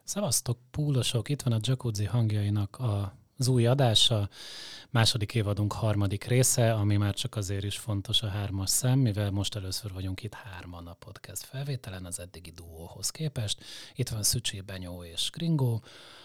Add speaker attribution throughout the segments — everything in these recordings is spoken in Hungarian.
Speaker 1: Szevasztok, púlosok! Itt van a Jacuzzi hangjainak az új adása, második évadunk harmadik része, ami már csak azért is fontos a 3-as szám, mivel most először vagyunk itt 3-an a podcast felvételen az eddigi duóhoz képest. Itt van Szücsi, Benyó és Kringó,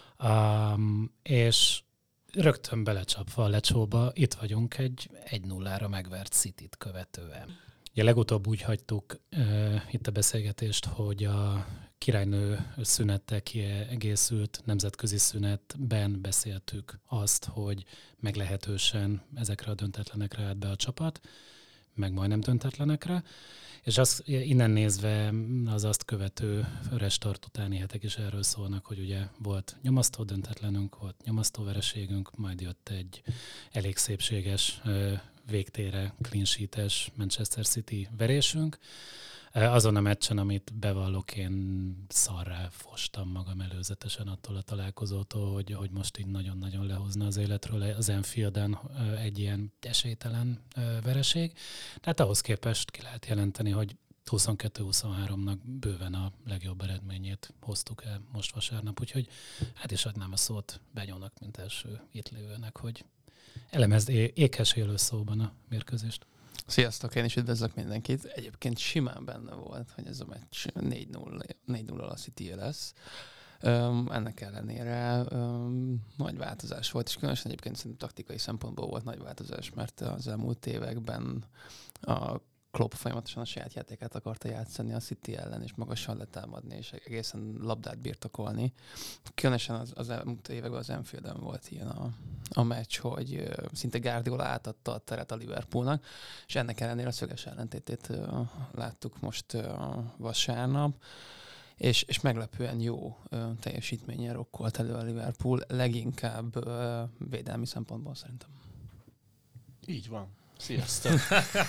Speaker 1: és rögtön belecsapva a lecsóba, itt vagyunk egy 1-0-ra megvert Cityt követően. Ja, legutóbb úgy hagytuk itt a beszélgetést, hogy a királynő szünettel kiegészült nemzetközi szünetben beszéltük azt, hogy meglehetősen ezekre a döntetlenekre állt be a csapat, meg majdnem döntetlenekre, és az, innen nézve az azt követő restart utáni hetek is erről szólnak, hogy ugye volt nyomasztó döntetlenünk, volt nyomasztó vereségünk, majd jött egy elég szépséges végtére clean sheet-es Manchester City verésünk. Azon a meccsen, amit bevallok, én szarrá fostam magam előzetesen attól a találkozótól, hogy most így nagyon-nagyon lehozna az életről az Anfielden egy ilyen esélytelen vereség. Tehát ahhoz képest ki lehet jelenteni, hogy 22-23-nak bőven a legjobb eredményét hoztuk el most vasárnap, úgyhogy hát is adnám a szót Benyónak, mint első itt lévőnek, hogy elemezd ékes élő szóban a mérkőzést.
Speaker 2: Sziasztok, én is üdvözlök mindenkit. Egyébként simán benne volt, hogy ez a meccs 4-0 a City lesz. Ennek ellenére nagy változás volt, és különösen egyébként szerintem taktikai szempontból volt nagy változás, mert az elmúlt években a Klopp folyamatosan a saját játékát akarta játszani a City ellen, és magasan letámadni, és egészen labdát birtokolni. Különösen az elmúlt években az Anfielden volt ilyen a meccs, hogy szinte Guardiola átadta a teret a Liverpoolnak, és ennek ellenére a szöges ellentétét láttuk most vasárnap, és meglepően jó teljesítménnyel rokkolt elő a Liverpool, leginkább védelmi szempontból szerintem.
Speaker 3: Így van. Sziasztok!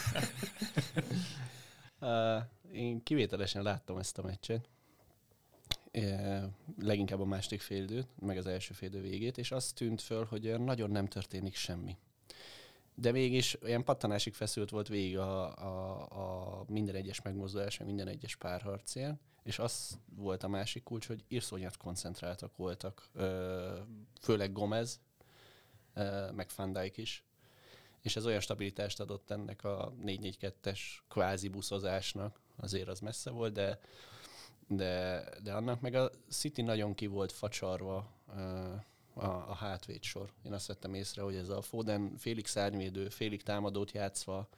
Speaker 3: Én kivételesen láttam ezt a meccset, leginkább a második félidőt, meg az első félidő végét, és azt tűnt föl, hogy nagyon nem történik semmi. De mégis olyan pattanásig feszült volt végig a minden egyes megmozdulás, meg minden egyes párharcél, és az volt a másik kulcs, hogy iszonyat koncentráltak voltak, főleg Gomez, meg Van Dijk is. És ez olyan stabilitást adott ennek a 4-4-2-es kvázi buszozásnak, azért az messze volt, de annak meg a City nagyon ki volt facsarva a hátvédsor. Én azt vettem észre, hogy ez a Foden félig szárnyvédő, félig támadót játszva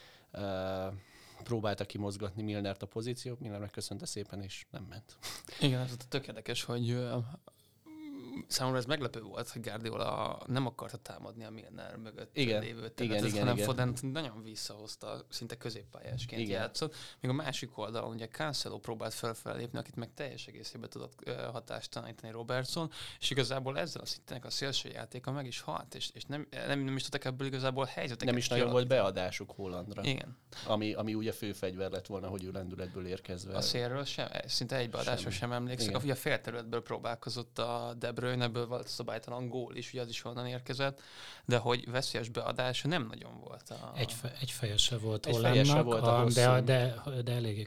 Speaker 3: próbálta kimozgatni Milnert a pozíciót, Milner megköszönte szépen, és nem ment.
Speaker 2: Igen, ez tök érdekes, hogy számomra ez meglepő volt, hogy Guardiola nem akarta támadni a Milner mögött lévő területet, hanem Fodent nagyon visszahozta, szinte középpályásként játszott. Még a másik oldalon ugye Cancelo próbált felfelépni, akit meg teljes egészében tudott hatást tanítani Robertson, és igazából ezzel a szintenek a szélső játéka meg is halt, és nem is tudtak ebből igazából helyzeteket.
Speaker 3: Nem is nagyon volt beadásuk Haalandra.
Speaker 2: Igen.
Speaker 3: Ami ugye fő fegyver lett volna, hogy ő lendületből érkezve.
Speaker 2: A szélről szinte egy beadásra sem emlékszek. Ugye a félterületből próbálkozott a De Bruyne, ebből volt szabálytalan gól is, ugye az is onnan érkezett, de hogy veszélyes beadása nem nagyon volt.
Speaker 1: Egy feje se volt Hollandnak, de eléggé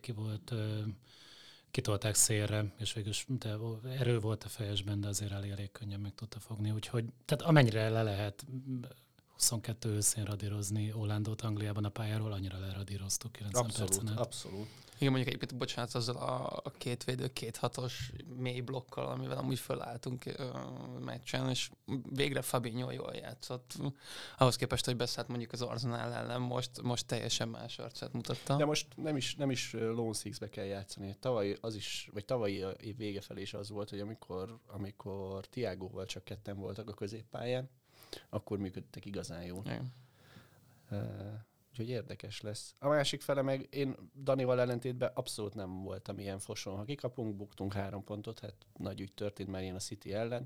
Speaker 1: kitolták szélre, és végülis erő volt a fejesben, de azért elég könnyen meg tudta fogni, úgyhogy tehát amennyire le lehet 22 őszén radírozni Hollandot Angliában a pályáról, annyira leradíroztuk 90 percen át.
Speaker 3: Abszolút.
Speaker 2: Igen, mondjuk egyébként, bocsánat, azzal a két védő, 2-6-os mély blokkal, amivel amúgy fölálltunk meccsen, és végre Fabinho jól játszott. Ahhoz képest, hogy beszállt mondjuk az Arsenal ellen, most teljesen más arcát mutatta.
Speaker 3: De most nem is Lone Six-be kell játszani. Tavalyi év vége felé is az volt, hogy amikor Thiagóval csak ketten voltak a középpályán, akkor működtek igazán jól. Úgyhogy érdekes lesz. A másik fele meg én Danival ellentétben abszolút nem voltam ilyen foson. Ha kikapunk, buktunk 3 pontot, hát nagy ügy történt már ilyen a City ellen.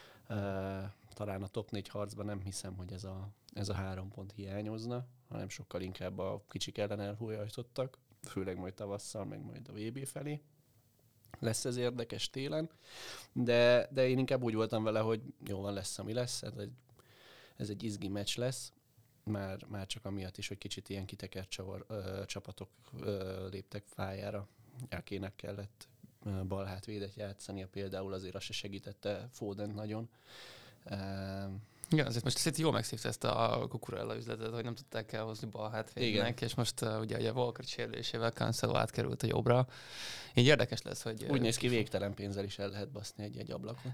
Speaker 3: Talán a top 4 harcban nem hiszem, hogy ez a 3 pont hiányozna, hanem sokkal inkább a kicsik ellen elhújajtottak, főleg majd tavasszal, meg majd a VB felé. Lesz ez érdekes télen, de én inkább úgy voltam vele, hogy jó van, lesz, ami lesz, ez egy izgi meccs lesz. Már csak amiatt is, hogy kicsit ilyen kitekert csapatok léptek pályára. Elkének kellett balhátvédet játszania például, azért az se segítette Foden nagyon.
Speaker 2: Igen, azért most City jól megszívta ezt a Cucurella üzletet, hogy nem tudták elhozni balhátvédnek, és most ugye a Walker sérülésével Cancelo átkerült a jobbra. Így érdekes lesz, hogy...
Speaker 3: Úgy néz ki, végtelen pénzzel is el lehet baszni egy ablakot.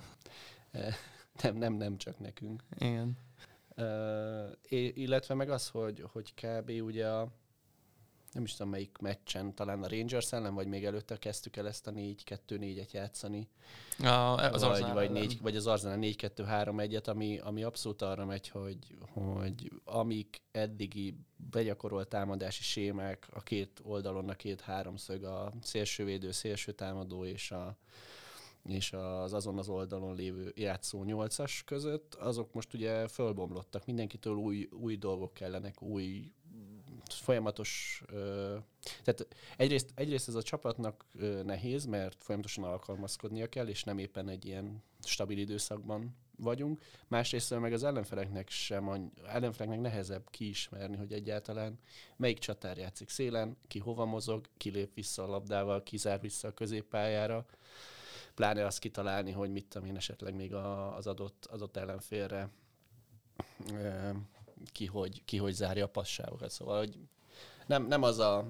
Speaker 3: nem csak nekünk.
Speaker 2: Igen.
Speaker 3: Illetve meg az, hogy kb. Ugye nem is tudom melyik meccsen, talán a Rangers ellen, vagy még előtte kezdtük el ezt a 4-2-4-et játszani. Vagy az Arsenal 4-2-3-1-et, ami abszolút arra megy, hogy amik eddigi begyakorolt támadási sémák, a két oldalon a két háromszög, a szélsővédő, szélsőtámadó és az azon az oldalon lévő játszó 8-as között, azok most ugye fölbomlottak. Mindenkitől új dolgok kellenek, új folyamatos... Tehát egyrészt ez a csapatnak nehéz, mert folyamatosan alkalmazkodnia kell, és nem éppen egy ilyen stabil időszakban vagyunk. Másrészt meg az ellenfeleknek nehezebb kiismerni, hogy egyáltalán melyik csatár játszik szélen, ki hova mozog, ki lép vissza a labdával, ki zár vissza a középpályára. Pláne azt kitalálni, hogy mit tudom én, esetleg még az adott ellenfélre ki hogy zárja a passávokat. Szóval, hogy nem az a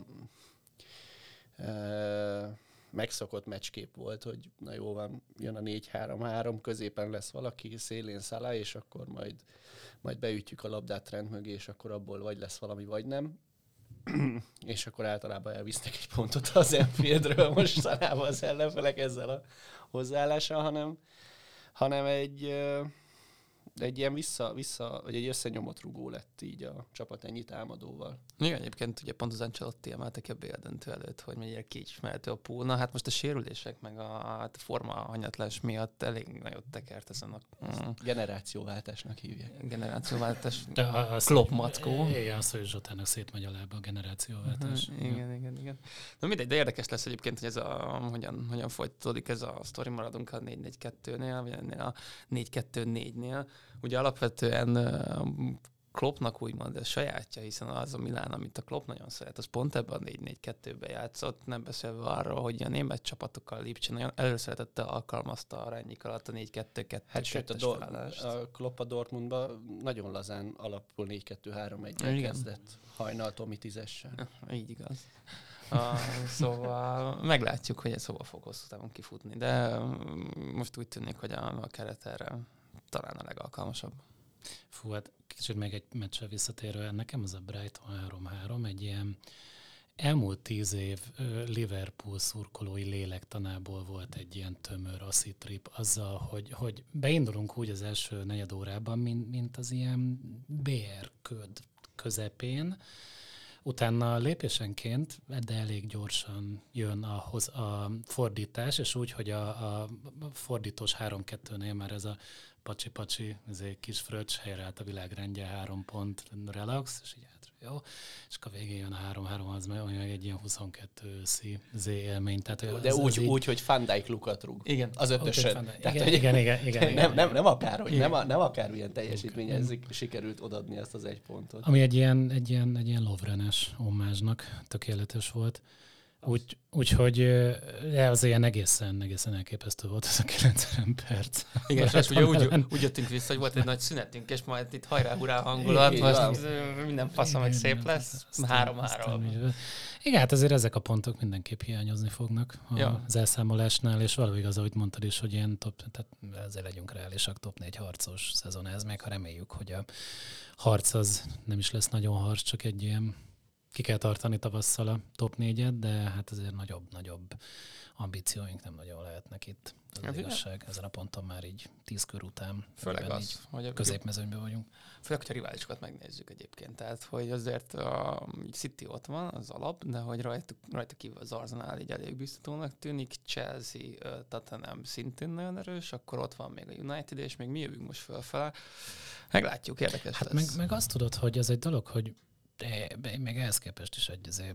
Speaker 3: megszokott meccskép volt, hogy na jó van, jön a 4-3-3, középen lesz valaki, szélén Salah, és akkor majd beütjük a labdát Trent mögé, és akkor abból vagy lesz valami, vagy nem. És akkor általában elvisznek egy pontot az Anfieldről most Salahba az ellenfelek ezzel a hozzáállással, hanem egy ilyen vagy egy összenyomott rugó lett így a csapat ennyi támadóval.
Speaker 2: Igen, egyébként ugye pont az Ancelotti emelte ki a BL döntő előtt, hogy mennyire kiismerhető a pool. Na hát most a sérülések meg a forma hanyatlás miatt elég nagyot tekert ezen a...
Speaker 3: Generációváltásnak hívják.
Speaker 2: Generációváltás. Klopp mackó.
Speaker 1: Igen, az, hogy Zsotának szétmegy a lába a generációváltás.
Speaker 2: Igen. Na mindegy, de érdekes lesz egyébként, hogy ez hogyan folytatódik ez a sztori, maradunk a 4-4-2-nél, vagy ennél a 4-2-4-nél. Ugye alapvetően Kloppnak úgymond ez sajátja, hiszen az a Milán, amit a Klopp nagyon szeret, az pont ebben a 4-4-2-ben játszott, nem beszélve arról, hogy a német csapatokkal Lipcse nagyon előszeretettel alkalmazta a Rányik alatt a 4-2-2-es
Speaker 3: hát sőt, a Klopp a Dortmundban nagyon lazán alapul 4-2-3-1-ben kezdett hajnal Tomi 10-essel.
Speaker 2: Így igaz. Szóval meglátjuk, hogy ez hova fog hosszú távon kifutni, de most úgy tűnik, hogy a keret erre talán a legalkalmasabb.
Speaker 1: Fú, hát kicsit még egy meccsel visszatérve, nekem az a Brighton 3-3 egy ilyen elmúlt 10 év Liverpool szurkolói lélektanából volt egy ilyen tömör asszitrip azzal, hogy beindulunk úgy az első negyed órában, mint az ilyen BR köd közepén, utána lépésenként, de elég gyorsan jön a fordítás, és úgy, hogy a fordítós 3-2-nél már ez a pacsi-pacsi, kis fröccs, helyreállt a világrendje, 3 pont, relax, és így jó, és akkor végén jön a 3-3, az meg egy ilyen 22 őszi élmény. Tehát,
Speaker 3: de úgy, hogy Van Dijk lukat rúg.
Speaker 2: Igen.
Speaker 3: Az ötösön.
Speaker 1: Igen.
Speaker 3: Nem akár ilyen teljesítményen sikerült odaadni ezt az egy pontot.
Speaker 1: Ami egy ilyen Lovrenes omázsnak tökéletes volt. Úgyhogy az ilyen egészen elképesztő volt ez a 90 perc.
Speaker 2: Igen, és ugye úgy jöttünk vissza, hogy volt egy nagy szünetünk, és majd itt hajrá-hurrá hangulat, most minden fasza meg szép lesz, 3-3.
Speaker 1: Igen, hát azért ezek a pontok mindenképp hiányozni fognak az elszámolásnál, és valami igaz, ahogy mondtad is, hogy ilyen tehát ezzel legyünk reálisak, top 4 harcos szezon ez, még ha reméljük, hogy a harc az nem is lesz nagyon harc, csak egy ilyen ki kell tartani tavasszal a top 4-et, de hát azért nagyobb ambícióink nem nagyon lehetnek itt. Az igazság, ezen a ponton már így 10 kör után.
Speaker 2: Főleg az,
Speaker 1: hogy a középmezőnyben vagyunk.
Speaker 2: Főleg, hogyha riválisokat megnézzük egyébként. Tehát, hogy azért a City ott van, az alap, de hogy rajta kívül az Arsenal így elég biztatónak tűnik. Chelsea, Tottenham szintén nagyon erős, akkor ott van még a United, és még mi jövünk most fölfele. Meglátjuk, érdekes lesz.
Speaker 1: Meg azt tudod, hogy ez egy dolog, hogy még ehhez képest is egy azért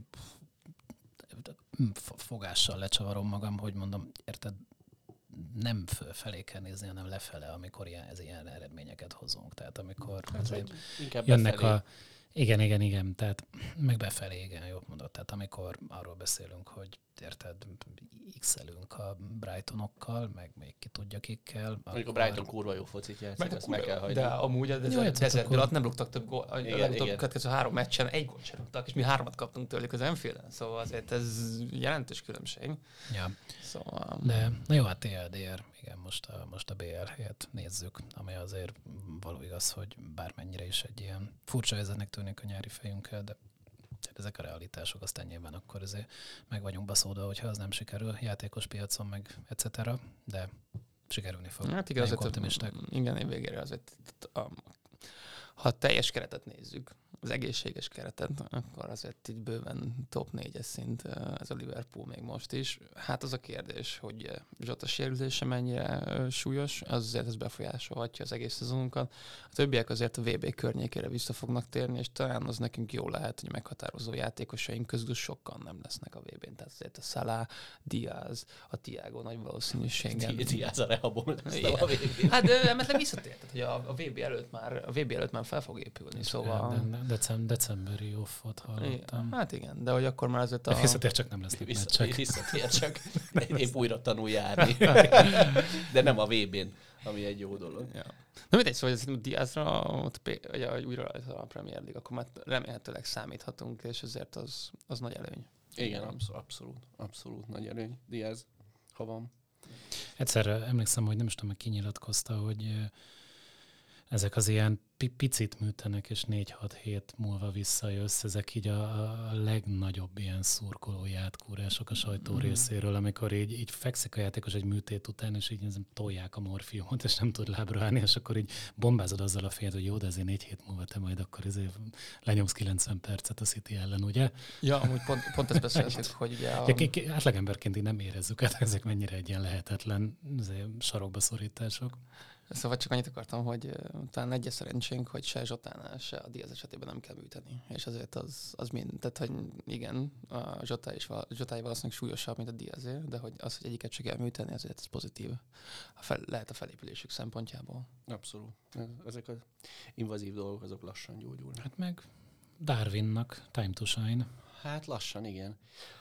Speaker 1: fogással lecsavarom magam, hogy mondom, érted, nem fölfelé kell nézni, hanem lefele, amikor ilyen eredményeket hozunk. Tehát amikor jönnek Igen, tehát meg befelé, igen, jól mondod. Tehát amikor arról beszélünk, hogy érted, x-elünk a Brightonokkal, meg még ki tudja kikkel.
Speaker 3: Mondjuk a Brighton kurva jó focit játszik, ezt meg kell hagyni.
Speaker 2: De amúgy a Desertből alatt nem rúgtak több gól. A legutóbb következő 3 meccsen 1 gólt sem rúgtak, és mi 3 kaptunk tőlük az Anfielden, szóval azért ez jelentős különbség.
Speaker 1: Ja.
Speaker 2: Szóval...
Speaker 1: De na jó, hát TLDR, igen, most a BL helyet nézzük, ami azért való igaz, hogy bármennyire is egy ilyen furcsa helyzetnek tűnik a nyári fejünkkel, de ezek a realitások, aztán nyilván akkor azért meg vagyunk baszódva, hogyha az nem sikerül játékos piacon, meg etc., de sikerülni fog.
Speaker 2: Hát igen, azért igen, év végére azért, ha teljes keretet nézzük, az egészséges keretet, akkor azért így bőven top 4-es szint ez a Liverpool még most is. Hát az a kérdés, hogy Jota sérülése mennyire súlyos, az azért ez befolyásolhatja az egész szezonunkat. A többiek azért a VB környékére vissza fognak térni, és talán az nekünk jó lehet, hogy meghatározó játékosaink közül sokan nem lesznek a VB-n. Tehát azért a Salah, Diaz, a Thiago nagy valószínűséggel.
Speaker 3: Diaz a rehabon lesz a VB-n.
Speaker 2: Hát emetleg visszatért, hogy a VB előtt már fel fog épülni, szóval...
Speaker 1: Decemberi offot hallottam.
Speaker 2: Hát igen, de hogy akkor már azért
Speaker 1: a... Visszatér, csak nem lesznek meccsek.
Speaker 3: Visszatér, csak épp újra tanul járni. De nem a VB-n, ami egy jó dolog.
Speaker 2: Ja. Na mindegy, szóval hogy Diazra újra a Premier League, akkor már remélhetőleg számíthatunk, és ezért az nagy előny.
Speaker 3: Igen, abszolút nagy előny. Diaz, ha van.
Speaker 1: Egyszer emlékszem, hogy nem is tudom, ki nyilatkozta, hogy ezek az ilyen picit műtenek, és 4-6 hét múlva visszajössz. Ezek így a legnagyobb ilyen szurkolói átkúrások a sajtó részéről, amikor így fekszik a játékos egy műtét után, és így tolják a morfiumot, és nem tud lábra állni, és akkor így bombázod azzal a fejet, hogy jó, de azért 4 hét múlva te majd akkor lenyomsz 90 percet a City ellen, ugye?
Speaker 2: Ja, amúgy pont ezt beszéltük, hogy ugye
Speaker 1: átlagemberként így nem érezzük át, ezek mennyire egy ilyen lehetetlen sarokba szorítások.
Speaker 2: Szóval csak annyit akartam, hogy talán egy szerencsénk, hogy se Zsotánál, se a Diaz esetében nem kell műteni. És azért az mind. Tehát, hogy igen, a Zsotáé valószínűleg súlyosabb, mint a Diazé, de hogy az, hogy egyiket se kell műteni, azért ez pozitív. Lehet a felépülésük szempontjából.
Speaker 3: Abszolút. Ezek az invazív dolgok, azok lassan gyógyulnak.
Speaker 1: Hát meg Darwinnak time to shine.
Speaker 3: Hát lassan, igen.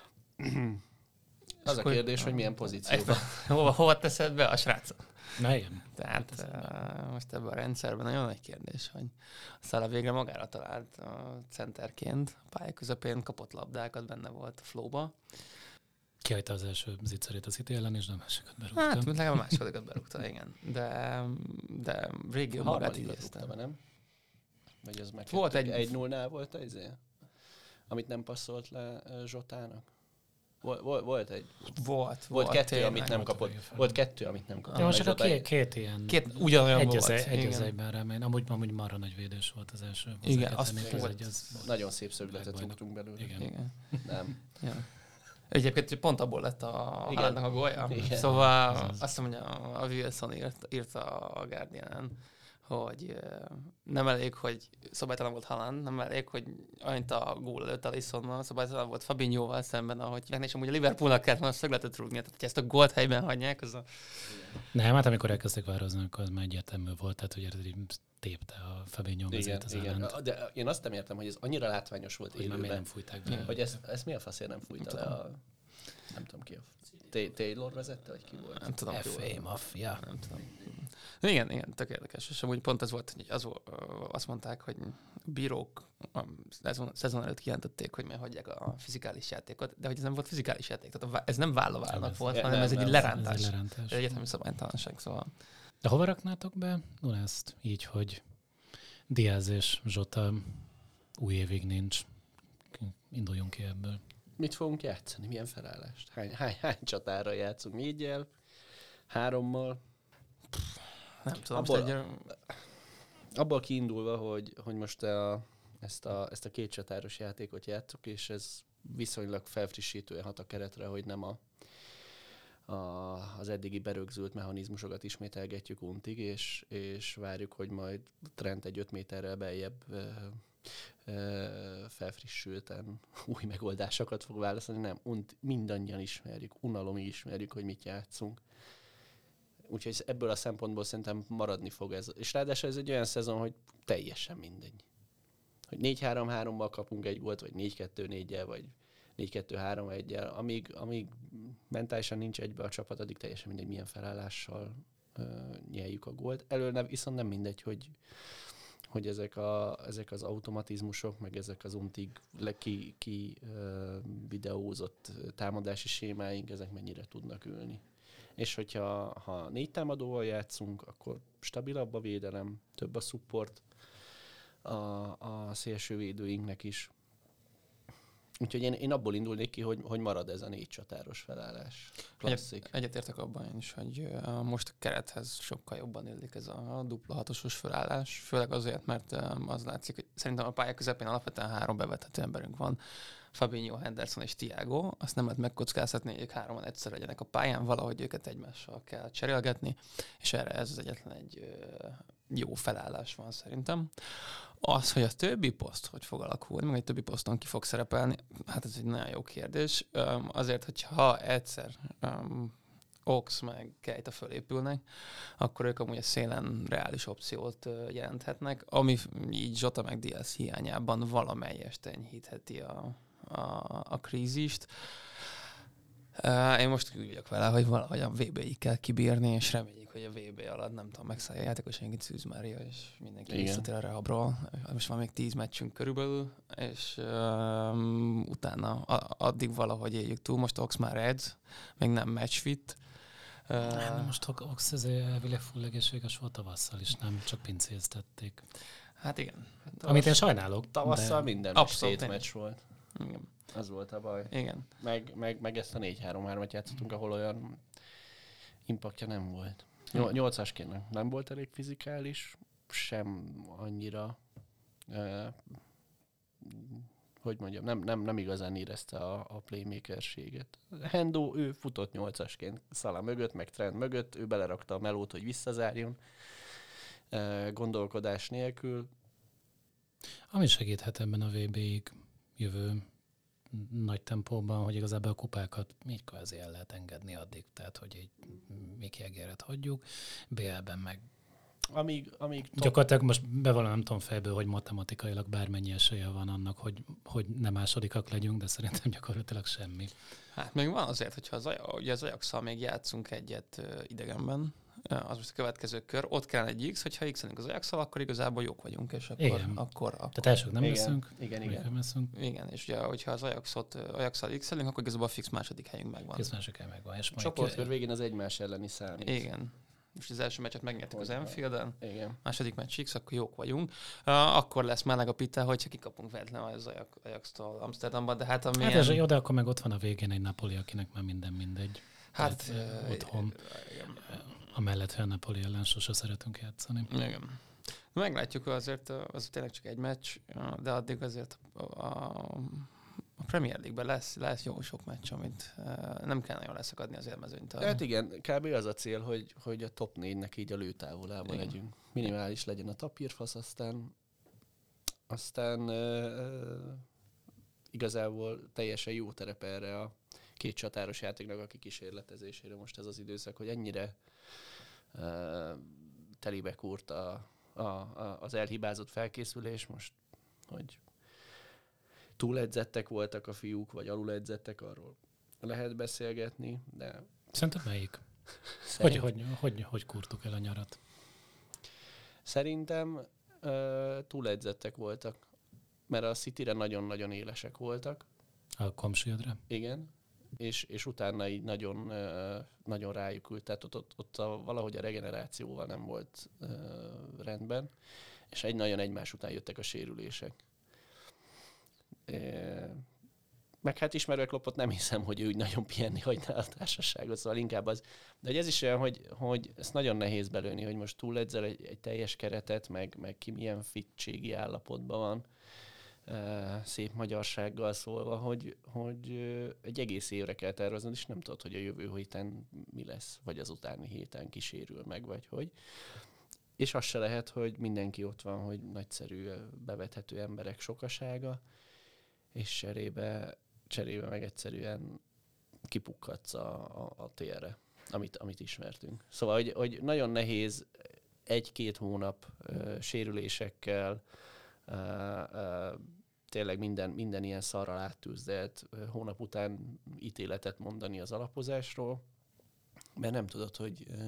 Speaker 3: Az a kérdés, hogy milyen pozícióban.
Speaker 2: Hova teszed be a srácot?
Speaker 1: Melyen?
Speaker 2: Tehát most ebben a rendszerben nagyon nagy kérdés, hogy a Salah végre magára talált centerként, a pálya közepén kapott labdákat, benne volt a flowba.
Speaker 1: Kihagyta az első zicserét a City ellen, és a másikat berúgta.
Speaker 2: Hát, legalább a másodikat berúgta, igen. De régi magát idéztem.
Speaker 3: Nem? Vagy az meg
Speaker 2: volt
Speaker 3: 1-0-nál volt az amit nem passzolt le Zsotának? Volt kettő, amit nem kapott. Volt kettő, amit nem kapott.
Speaker 1: De most csak két ilyen.
Speaker 2: Ugyanolyan volt.
Speaker 1: Egy az egyben remény. Amúgy marha nagy védés volt az első.
Speaker 2: Igen, azt
Speaker 3: nagyon szép szögletet rúgtunk belőle.
Speaker 1: Igen.
Speaker 3: Nem.
Speaker 2: Ja. Egyébként pont abból lett a Haalandnak a gólja. Szóval azt mondja, a Wilson írta a Guardianen, hogy nem elég, hogy szabálytalan volt Haaland, nem elég, hogy annyit a gól előtt Alissonnal, szabálytalan volt Fabinhoval szemben, ahogy és amúgy a Liverpoolnak kellett volna szögletet rúgni, tehát hogy ezt a gólt helyben hagyják, az a...
Speaker 1: Nem, hát amikor elkezdték vározni, akkor az már egyértelmű volt, tehát hogy így tépte a Fabinho vezét az ellent.
Speaker 3: De én azt nem értem, hogy ez annyira látványos volt élőben.
Speaker 1: Hogy nem fújták be.
Speaker 3: Hogy ezt mi a faszért nem fújta le a... Nem tudom ki a... Taylor vezette, vagy ki volt?
Speaker 2: Nem tudom.
Speaker 1: FA Mafia.
Speaker 2: Nem tudom. Igen, tök érdekes. És amúgy pont ez volt, hogy azt mondták, hogy bírók szezon előtt kijelentették, hogy meg hagyják a fizikális játékot, de hogy ez nem volt fizikális játék. Tehát ez nem vállaválnak volt, hanem ez egy lerántás. Ez egy egyetemi szabálytalanság, szóval.
Speaker 1: De hova raknátok be ezt így, hogy Diaz és Zsota új évig nincs? Induljunk ki ebből.
Speaker 3: Mit fogunk játszani? Milyen felállást? Hány csatára játszunk? 4-jel? 3-mal?
Speaker 2: Nem tudom.
Speaker 3: Abból kiindulva, hogy most ezt a két csatáros játékot játszok, és ez viszonylag felfrissítően hat a keretre, hogy nem az eddigi berögzült mechanizmusokat ismételgetjük untig, és várjuk, hogy majd Trent egy 5 méterrel beljebb felfrissülten új megoldásokat fog válaszolni. Nem, mindannyian ismerjük, unalomig ismerjük, hogy mit játszunk. Úgyhogy ebből a szempontból szerintem maradni fog ez. És ráadásul ez egy olyan szezon, hogy teljesen mindegy. hogy 4-3-3-mal kapunk egy gólt, vagy 4-2-4-jel, vagy 4-2-3-1-jel, amíg mentálisan nincs egybe a csapat, addig teljesen mindegy, milyen felállással nyeljük a gólt. Előre viszont nem mindegy, hogy ezek az automatizmusok, meg ezek az untig videózott támadási sémáink, ezek mennyire tudnak ülni. És hogyha 4 támadóval játszunk, akkor stabilabb a védelem, több a support a szélsővédőinknek is. Úgyhogy én abból indulnék ki, hogy marad ez a 4 csatáros felállás. Klasszik.
Speaker 2: Egyetértek abban én is, hogy most a kerethez sokkal jobban illik ez a dupla hatosos felállás. Főleg azért, mert az látszik, hogy szerintem a pálya közepén alapvetően 3 bevethető emberünk van. Fabinho, Henderson és Thiago. Azt nem lehet megkockáztatni, hogy ők 3-an egyszer legyenek a pályán, valahogy őket egymással kell cserélgetni, és erre ez az egyetlen egy jó felállás van szerintem. Az, hogy a többi poszt hogy fog alakulni, meg egy többi poszton ki fog szerepelni, hát ez egy nagyon jó kérdés. Azért, hogyha egyszer Ox meg Keita fölépülnek, akkor ők amúgy a szélen reális opciót jelenthetnek, ami így Zsota meg Diaz hiányában valamelyest enyhítheti a krízist. Én most úgy vagyok vele, hogy valahogy a VB-ig kell kibírni, és reméljük, hogy a VB alatt nem tudom, megszállja a játékosainkat Szűz Mária, és mindenki visszatér a rehabról. Most van még 10 meccsünk körülbelül, és utána addig valahogy éljük túl. Most Ox már edz, még nem matchfit.
Speaker 1: Most Ox azért elvileg full egészséges volt tavasszal is, nem csak pincéztették.
Speaker 2: Hát igen.
Speaker 1: Amit én sajnálok.
Speaker 3: Tavasszal minden
Speaker 2: abszolút
Speaker 3: 7 meccs volt.
Speaker 2: Igen.
Speaker 3: Az volt a baj.
Speaker 2: Igen.
Speaker 3: Meg ezt a 4-3-3-at játszottunk, ahol olyan impaktja nem volt. 8-asként nem volt elég fizikális, sem annyira, hogy mondjam, nem igazán érezte a playmakerséget. Hendo, ő futott 8-asként Salah mögött, meg Trent mögött, ő belerakta a melót, hogy visszazárjon, gondolkodás nélkül.
Speaker 1: Ami segíthet ebben a VB-ig jövő nagy tempóban, hogy igazából a kupákat így kvázi el lehet engedni addig, tehát hogy így Miki Egeret hagyjuk, BL-ben meg
Speaker 3: Amíg
Speaker 1: gyakorlatilag most bevallom, nem tudom fejből, hogy matematikailag bármennyi esélye van annak, hogy nem másodikak legyünk, de szerintem gyakorlatilag semmi.
Speaker 2: Hát még van azért, hogyha az Ajax-szal még játszunk egyet idegenben, az most a következő kör, ott kell egy X, hogyha X-elünk az Ajax-szal, akkor igazából jók vagyunk, és akkor
Speaker 1: Tehát elsők nem leszünk.
Speaker 2: Igen, és ugye, hogyha az Ajax-szal X-elünk, akkor igazából a fix második helyünk megvan.
Speaker 1: Fix második hely megvan. És
Speaker 3: csoportkör végén az egymás elleni számít.
Speaker 2: Igen. Most az első meccset megnyertük az Anfielden,
Speaker 3: igen.
Speaker 2: Második meccs X, akkor jók vagyunk. Akkor lesz meleg a pita, hogyha kikapunk véletlenül az Ajax-tól Amsterdamban, de hát amilyen...
Speaker 1: Hát ez jó, de akkor meg ott van a végén egy Napoli, akinek már minden mindegy.
Speaker 2: Hát
Speaker 1: otthon. Amellett, hogy a Napoli ellen sose szeretünk játszani.
Speaker 2: Igen. Meglátjuk, azért az tényleg csak egy meccs, de addig azért a Premier League-ben lesz jó sok meccs, amit nem kell nagyon leszakadni az élmezőnytől.
Speaker 3: Hát igen, kb. Az a cél, hogy a top 4-nek így a lőtávolában legyünk. Minimális legyen a tapírfasz, aztán igazából teljesen jó terep erre a 2 csatáros játéknak a kikísérletezésére most ez az időszak, hogy ennyire telibe kúrt az elhibázott felkészülés most, hogy túledzettek voltak a fiúk, vagy aluledzettek, arról lehet beszélgetni, de...
Speaker 1: Szerintem melyik? Hogy kurtuk el a nyarat?
Speaker 3: Szerintem túledzettek voltak, mert a Cityre nagyon-nagyon élesek voltak.
Speaker 1: A komsülyödre?
Speaker 3: Igen, és utána így nagyon, nagyon rájuk ült, tehát ott valahogy a regenerációval nem volt rendben, és nagyon egymás után jöttek a sérülések. Meg hát ismerve Kloppot, nem hiszem, hogy ő úgy nagyon pihenni hagyná a társaságot, szóval inkább az. De ez is olyan, hogy ezt nagyon nehéz belőni, hogy most túledzel egy teljes keretet, meg ki milyen fittségi állapotban van, szép magyarsággal szólva, hogy egy egész évre kell tervezned, és nem tudod, hogy a jövő héten mi lesz, vagy az utáni héten kisérül meg, vagy hogy. És az se lehet, hogy mindenki ott van, hogy nagyszerű, bevethető emberek sokasága, és cserébe meg egyszerűen kipukkadsz a térre, amit ismertünk. Szóval, hogy nagyon nehéz 1-2 hónap sérülésekkel, Tényleg minden ilyen szarral áttűzdelt, hónap után ítéletet mondani az alapozásról, mert nem tudod,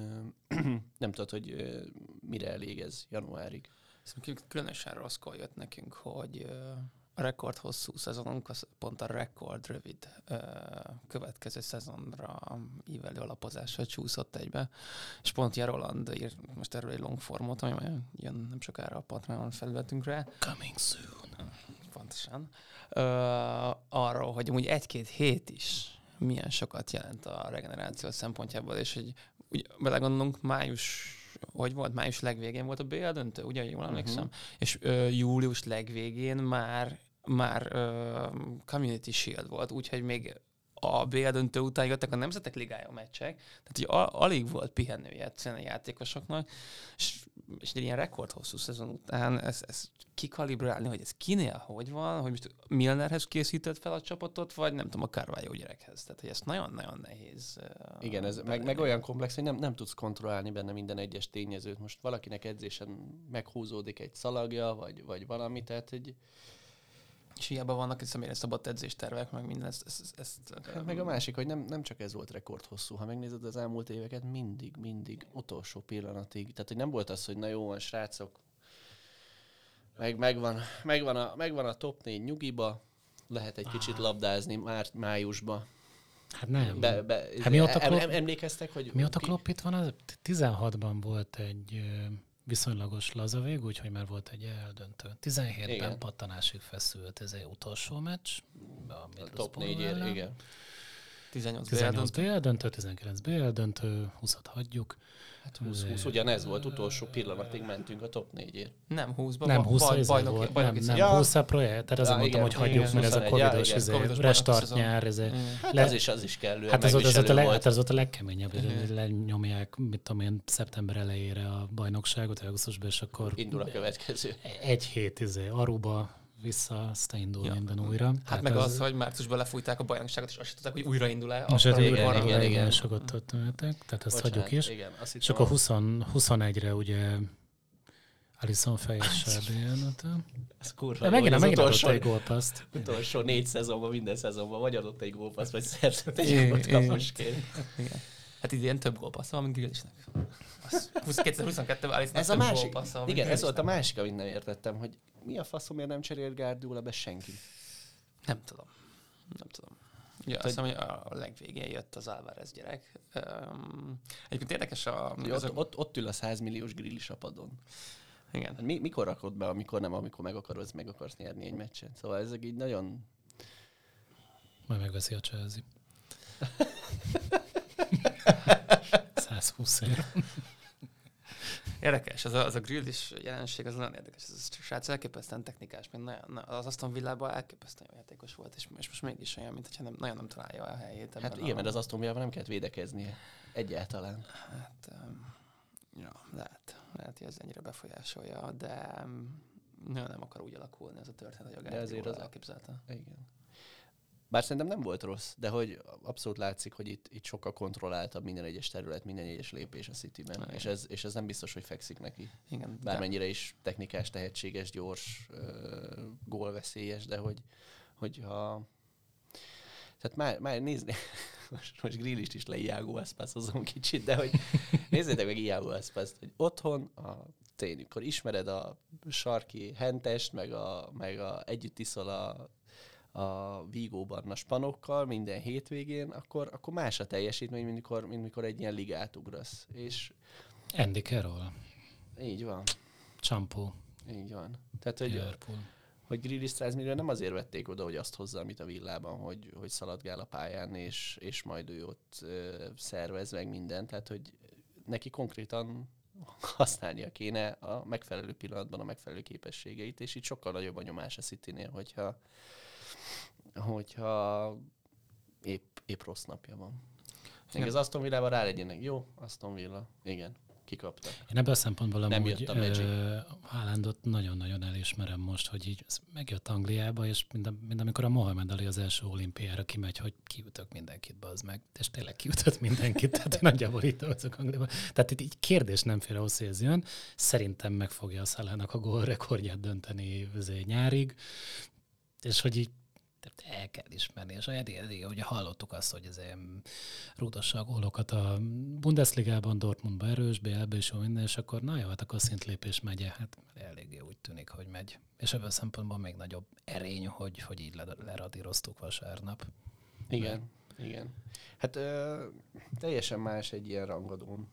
Speaker 3: hogy mire elég ez januárig.
Speaker 2: Szerintem különösen rosszkor jött nekünk, hogy a rekord hosszú szezonunk az pont a rekord rövid következő szezonra ívelő alapozással csúszott egybe. És pont ilyen Roland ír most erről egy longformot, ami majd jön nem sokára a Patreon felületünkre.
Speaker 1: Coming soon.
Speaker 2: Pontosan. Arról, hogy amúgy 1-2 hét is milyen sokat jelent a regeneráció szempontjából, és hogy úgy belegondolunk, május legvégén volt a BL döntő, ugye, jól emlékszem? És július legvégén már Community Shield volt, úgyhogy még a BL döntő után jöttek a Nemzetek Ligája meccsek, tehát hogy alig volt pihenője egyszerűen a játékosoknak, és egy ilyen rekordhosszú szezon után ezt kikalibrálni, hogy ez kinél hogy van, hogy most Milnerhez készített fel a csapatot, vagy nem tudom, a Carvalho gyerekhez. Tehát, hogy ez nagyon-nagyon nehéz.
Speaker 3: Igen, ez meg olyan komplex, hogy nem tudsz kontrollálni benne minden egyes tényezőt. Most valakinek edzésen meghúzódik egy szalagja, vagy valami, tehát egy...
Speaker 2: És hiába vannak személyre szabad edzéstervek, meg minden
Speaker 3: Hát meg a másik, hogy nem csak ez volt rekordhosszú. Ha megnézed az elmúlt éveket, mindig utolsó pillanatig. Tehát, hogy nem volt az, hogy na jó van, srácok, megvan a top 4 nyugiba, lehet egy kicsit labdázni már májusba.
Speaker 1: Hát nem.
Speaker 3: Hát emlékeztek, hogy...
Speaker 1: Mióta Klopp itt van? 16-ban volt egy viszonylagos laza vég, úgyhogy már volt egy eldöntő. 17-ben igen. Pattanásig feszült, ez egy utolsó meccs.
Speaker 3: A top 4-ért, igen.
Speaker 2: 18
Speaker 1: BL döntő, 19 BL döntő, 20-at hagyjuk.
Speaker 3: Hát 20 ugyanez volt, utolsó pillanatig mentünk a top 4-ért.
Speaker 2: Nem 20-ba,
Speaker 1: nem 20 volt, nem 20 a projekt, tehát azért mondtam, hogy hagyjuk, mert ez a covidos restart nyár, az
Speaker 3: is kellő.
Speaker 1: Hát ez volt a legkeményebb, hogy lenyomják, mit tudom én, szeptember elejére a bajnokságot, augusztusban, és akkor
Speaker 3: indul a következő.
Speaker 1: Egy hét Aruba vissza, aztán indul minden újra.
Speaker 2: Hát meg az, hogy márciusban lefújták a bajnokságot, és azt tudták, hogy újraindul-e.
Speaker 1: Most igen, sokat történetek, tehát ezt hagyjuk is.
Speaker 3: Igen,
Speaker 1: és akkor 21-re ugye Alisson fejessel bejönötte.
Speaker 3: Ez kurva.
Speaker 1: De megint adott egy gólpaszt.
Speaker 3: Utolsó 4 szezonban, minden szezonban vagy adott egy gólpaszt, vagy szerzett egy gólt kapusként.
Speaker 2: Hát idén több gólpassz van, mint Grealishnek. 2022-ben Alisson
Speaker 3: ez a másik. Igen, ez volt a másik, amit nem értettem, hogy mi a faszomért nem cserélt Guardiola be senki.
Speaker 2: Nem tudom. Ja, azt hiszem, hogy a legvégén jött az Álvarez gyerek. Egyébként érdekes
Speaker 3: ott ül a 100 milliós Grealish a padon.
Speaker 2: Igen.
Speaker 3: Hát mikor rakod be, amikor nem, amikor meg akarsz nyerni egy meccset. Szóval ezek így nagyon...
Speaker 1: Majd megveszi a Chelsea. 120 ér.
Speaker 2: Érdekes, az a Grealish jelenség, az nagyon érdekes. Ez a srác elképesztően technikás, az Aston Villában elképesztően jó játékos volt, és most mégis olyan, mintha nagyon nem találja a helyét.
Speaker 3: Hát igen, mert az Aston Villában nem kellett védekeznie. Egyáltalán.
Speaker 2: Hát, lehet, hogy ez ennyire befolyásolja, de nem akar úgy alakulni ez a történet, hogy a Guardiola elképzelte.
Speaker 3: Igen. Bár szerintem nem volt rossz, de hogy abszolút látszik, hogy itt sokkal kontrolláltabb minden egyes terület, minden egyes lépés a Cityben, és ez nem biztos, hogy fekszik neki.
Speaker 2: Igen,
Speaker 3: bármennyire is technikás, tehetséges, gyors, gólveszélyes, de hogyha... Tehát már nézni, most Grealisht is le Iago Aspas-hozom kicsit, de hogy nézzétek meg Iago Aspas-t, hogy otthon amikor ismered a sarki hentest, meg együtt iszol a Vigóban a spanokkal minden hétvégén, akkor más a teljesítmény, mint mikor egy ilyen ligát ugrasz. És
Speaker 1: Andy Carroll.
Speaker 3: Így van.
Speaker 1: Csampó.
Speaker 3: Így van. Tehát, hogy Grealish 100 millió nem azért vették oda, hogy azt hozza, amit a Villában, hogy szaladgál a pályán, és majd ő ott szervez meg mindent. Tehát, hogy neki konkrétan használnia kéne a megfelelő pillanatban a megfelelő képességeit, és itt sokkal nagyobb a nyomás a Citynél, hogyha épp rossz napja van. Még az Aston Villában rá legyenek. Jó, Aston Villa. Igen. kikaptak.
Speaker 1: Én ebből a szempontból
Speaker 3: Nem
Speaker 1: amúgy
Speaker 3: jött a Magic.
Speaker 1: Haalandot nagyon-nagyon elismerem most, hogy így megjött Angliába, és mind amikor a Mohamed Ali az első olimpiára kimegy, hogy kiütök mindenkit, bazd meg. És tényleg kiütött mindenkit, tehát én nagyjából itt azok Angliába. Tehát itt így kérdés nem fér ahhoz, hogy ez jön. Szerintem meg fogja a Salának a gól rekordját dönteni nyárig, és hogy így tehát el kell ismerni, és eddig, ugye hallottuk azt, hogy ez ilyen rúdossa a gólokat a Bundesligában, Dortmundban erős, BL-ben is jó minden, és akkor na jó, hát akkor a szintlépés megye, hát eléggé úgy tűnik, hogy megy. És ebből a szempontból még nagyobb erény, hogy így leradíroztuk vasárnap.
Speaker 3: Igen. Hát teljesen más egy ilyen rangadón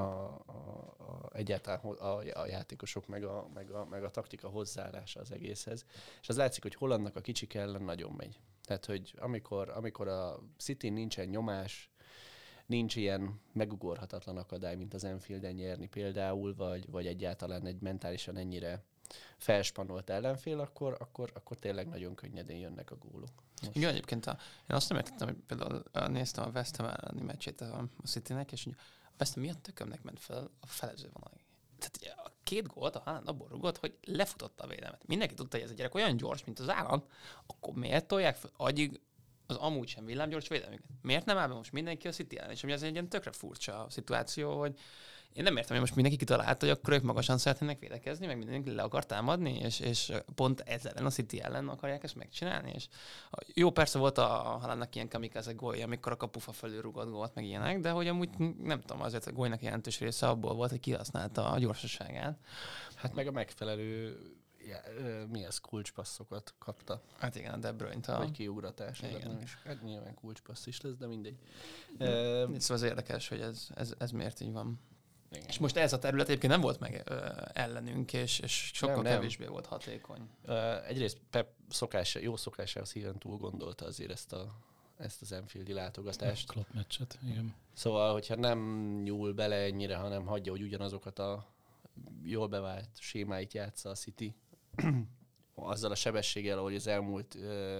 Speaker 3: egyáltalán a játékosok meg a taktika hozzáállása az egészhez. És az látszik, hogy Hollandnak a kicsik ellen nagyon megy. Tehát, hogy amikor a City nincsen nyomás, nincs ilyen megugorhatatlan akadály, mint az Anfielden nyerni például, vagy egyáltalán egy mentálisan ennyire felspanolt ellenfél, akkor tényleg nagyon könnyedén jönnek a gólok.
Speaker 2: Most. Igen, egyébként én azt nem értettem, hogy például néztem a West Ham elleni meccsét a Citynek, és a West Ham miatt tökömnek ment fel a felező vonalig. Tehát a 2 gólt a Haaland abból rugott, hogy lefutotta a védelmet. Mindenki tudta, hogy ez a gyerek olyan gyors, mint az állam, akkor miért tolják fel addig az amúgy sem villámgyors védelmüket? Miért nem áll be most mindenki a City ellen? És ami az egy ilyen tökre furcsa szituáció, hogy én nem értem, hogy most mindenki kitalálta, hogy akkor ők magasan szeretnének védekezni, meg mindenki le akar támadni, és pont ez ellen, a City ellen akarják ezt megcsinálni. És jó, persze volt a Haalandnak ilyen kamikaze gólja, amikor a kapufa felül rugott gólt, meg ilyenek, de hogy amúgy nem tudom, azért a gólnak jelentős része abból volt, hogy kihasználta a gyorsaságát.
Speaker 3: Hát meg a megfelelő mi ez, kulcspasszokat kapta.
Speaker 2: Hát igen, a De Bruyne-t.
Speaker 3: Vagy kiugratás. Hát nyilván kulcspassz is lesz, de mindegy.
Speaker 2: Szóval az érdekes, hogy ez miért így van. Igen. És most ez a terület egyébként nem volt meg ellenünk, és sokkal kevésbé volt hatékony.
Speaker 3: Egyrészt Pep jó szokásához híven túl gondolta azért ezt az Anfieldi látogatást.
Speaker 1: Klopp meccset, igen.
Speaker 3: Szóval, hogyha nem nyúl bele ennyire, hanem hagyja, hogy ugyanazokat a jól bevált sémáit játsza a City, azzal a sebességgel, ahogy az elmúlt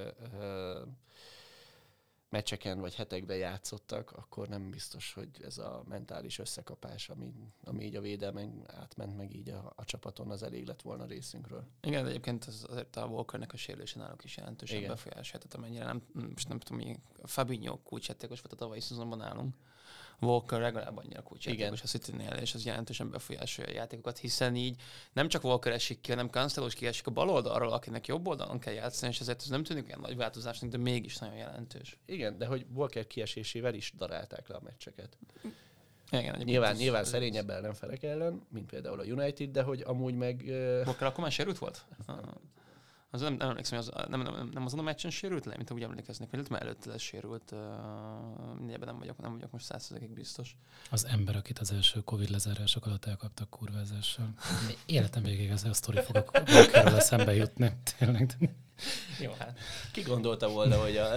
Speaker 3: meccseken vagy hetekben játszottak, akkor nem biztos, hogy ez a mentális összekapás, ami így a védelmen átment, meg így a csapaton, az elég lett volna részünkről.
Speaker 2: Igen, egyébként azért a Walkernek a sérülése náluk is jelentősen befolyásolja, tehát amennyire nem tudom, Fabinho kulcsjátékos volt a tavalyi szezonban nálunk. Walker legalább annyira kulcsjátékos a Citynél, és az jelentősen befolyásolja a játékokat, hiszen így nem csak Walker esik ki, hanem Cancelo is kiesik a bal oldalról, akinek jobb oldalon kell játszani, és ezért ez nem tűnik olyan nagy változásnak, de mégis nagyon jelentős.
Speaker 3: Igen, de hogy Walker kiesésével is darálták le a meccseket.
Speaker 2: Igen,
Speaker 3: nyilván szerényebb ellenfelek ellen, mint például a United, de hogy amúgy meg...
Speaker 2: Walker akkor már sérült volt? Az nem emlékszem, nem azon a meccsen sérült le, mint úgy emlékeznek, mert előtte lesz sérült. Mindjárt nem vagyok most 100%-ig biztos.
Speaker 1: Az ember, akit az első Covid lezárások alatt elkaptak kurvázással. Életem végig ez a sztori fog a Walkerrel szembe jutni. Tényleg.
Speaker 2: Jó, hát.
Speaker 3: Ki gondolta volna, hogy a...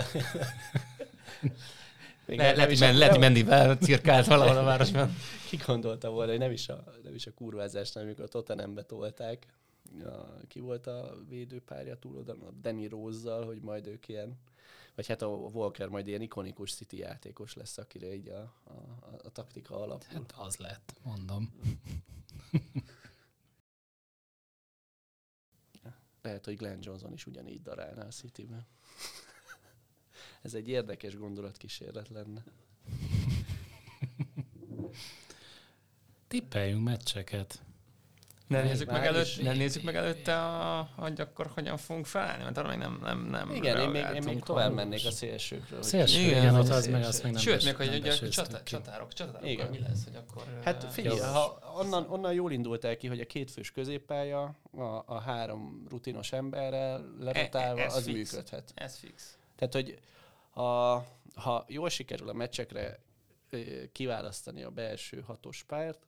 Speaker 2: Lehet, Mendivel cirkált valahol a városban.
Speaker 3: Ki gondolta volna, hogy nem is a kurvázásnál, amikor a Tottenhambe tolták. Ki volt a védőpárja túl oda? A Danny Rose-zal, hogy majd ők ilyen, vagy hát a Walker majd ilyen ikonikus City játékos lesz, akire így a taktika alapul.
Speaker 1: Hát az lett, mondom.
Speaker 3: Lehet, hogy Glenn Johnson is ugyanígy darálná a Cityben. Ez egy érdekes gondolatkísérlet lenne.
Speaker 1: Tippeljünk meccseket.
Speaker 2: Ne nézzük meg előtte, hogy akkor hogyan fogunk felállni, mert arra még nem
Speaker 3: igen, én még tovább mennék a szélsőkről.
Speaker 1: Szélső, igen, ott az meg azt még nem.
Speaker 2: Sőt, még hogy a csatárok, mi lesz, hogy akkor...
Speaker 3: Hát figyelj, onnan jól indult el ki, hogy a kétfős középpálya a 3 rutinos emberrel lerotálva, az működhet.
Speaker 2: Ez fix.
Speaker 3: Tehát, hogy ha jól sikerül a meccsekre kiválasztani a belső 6-os párt,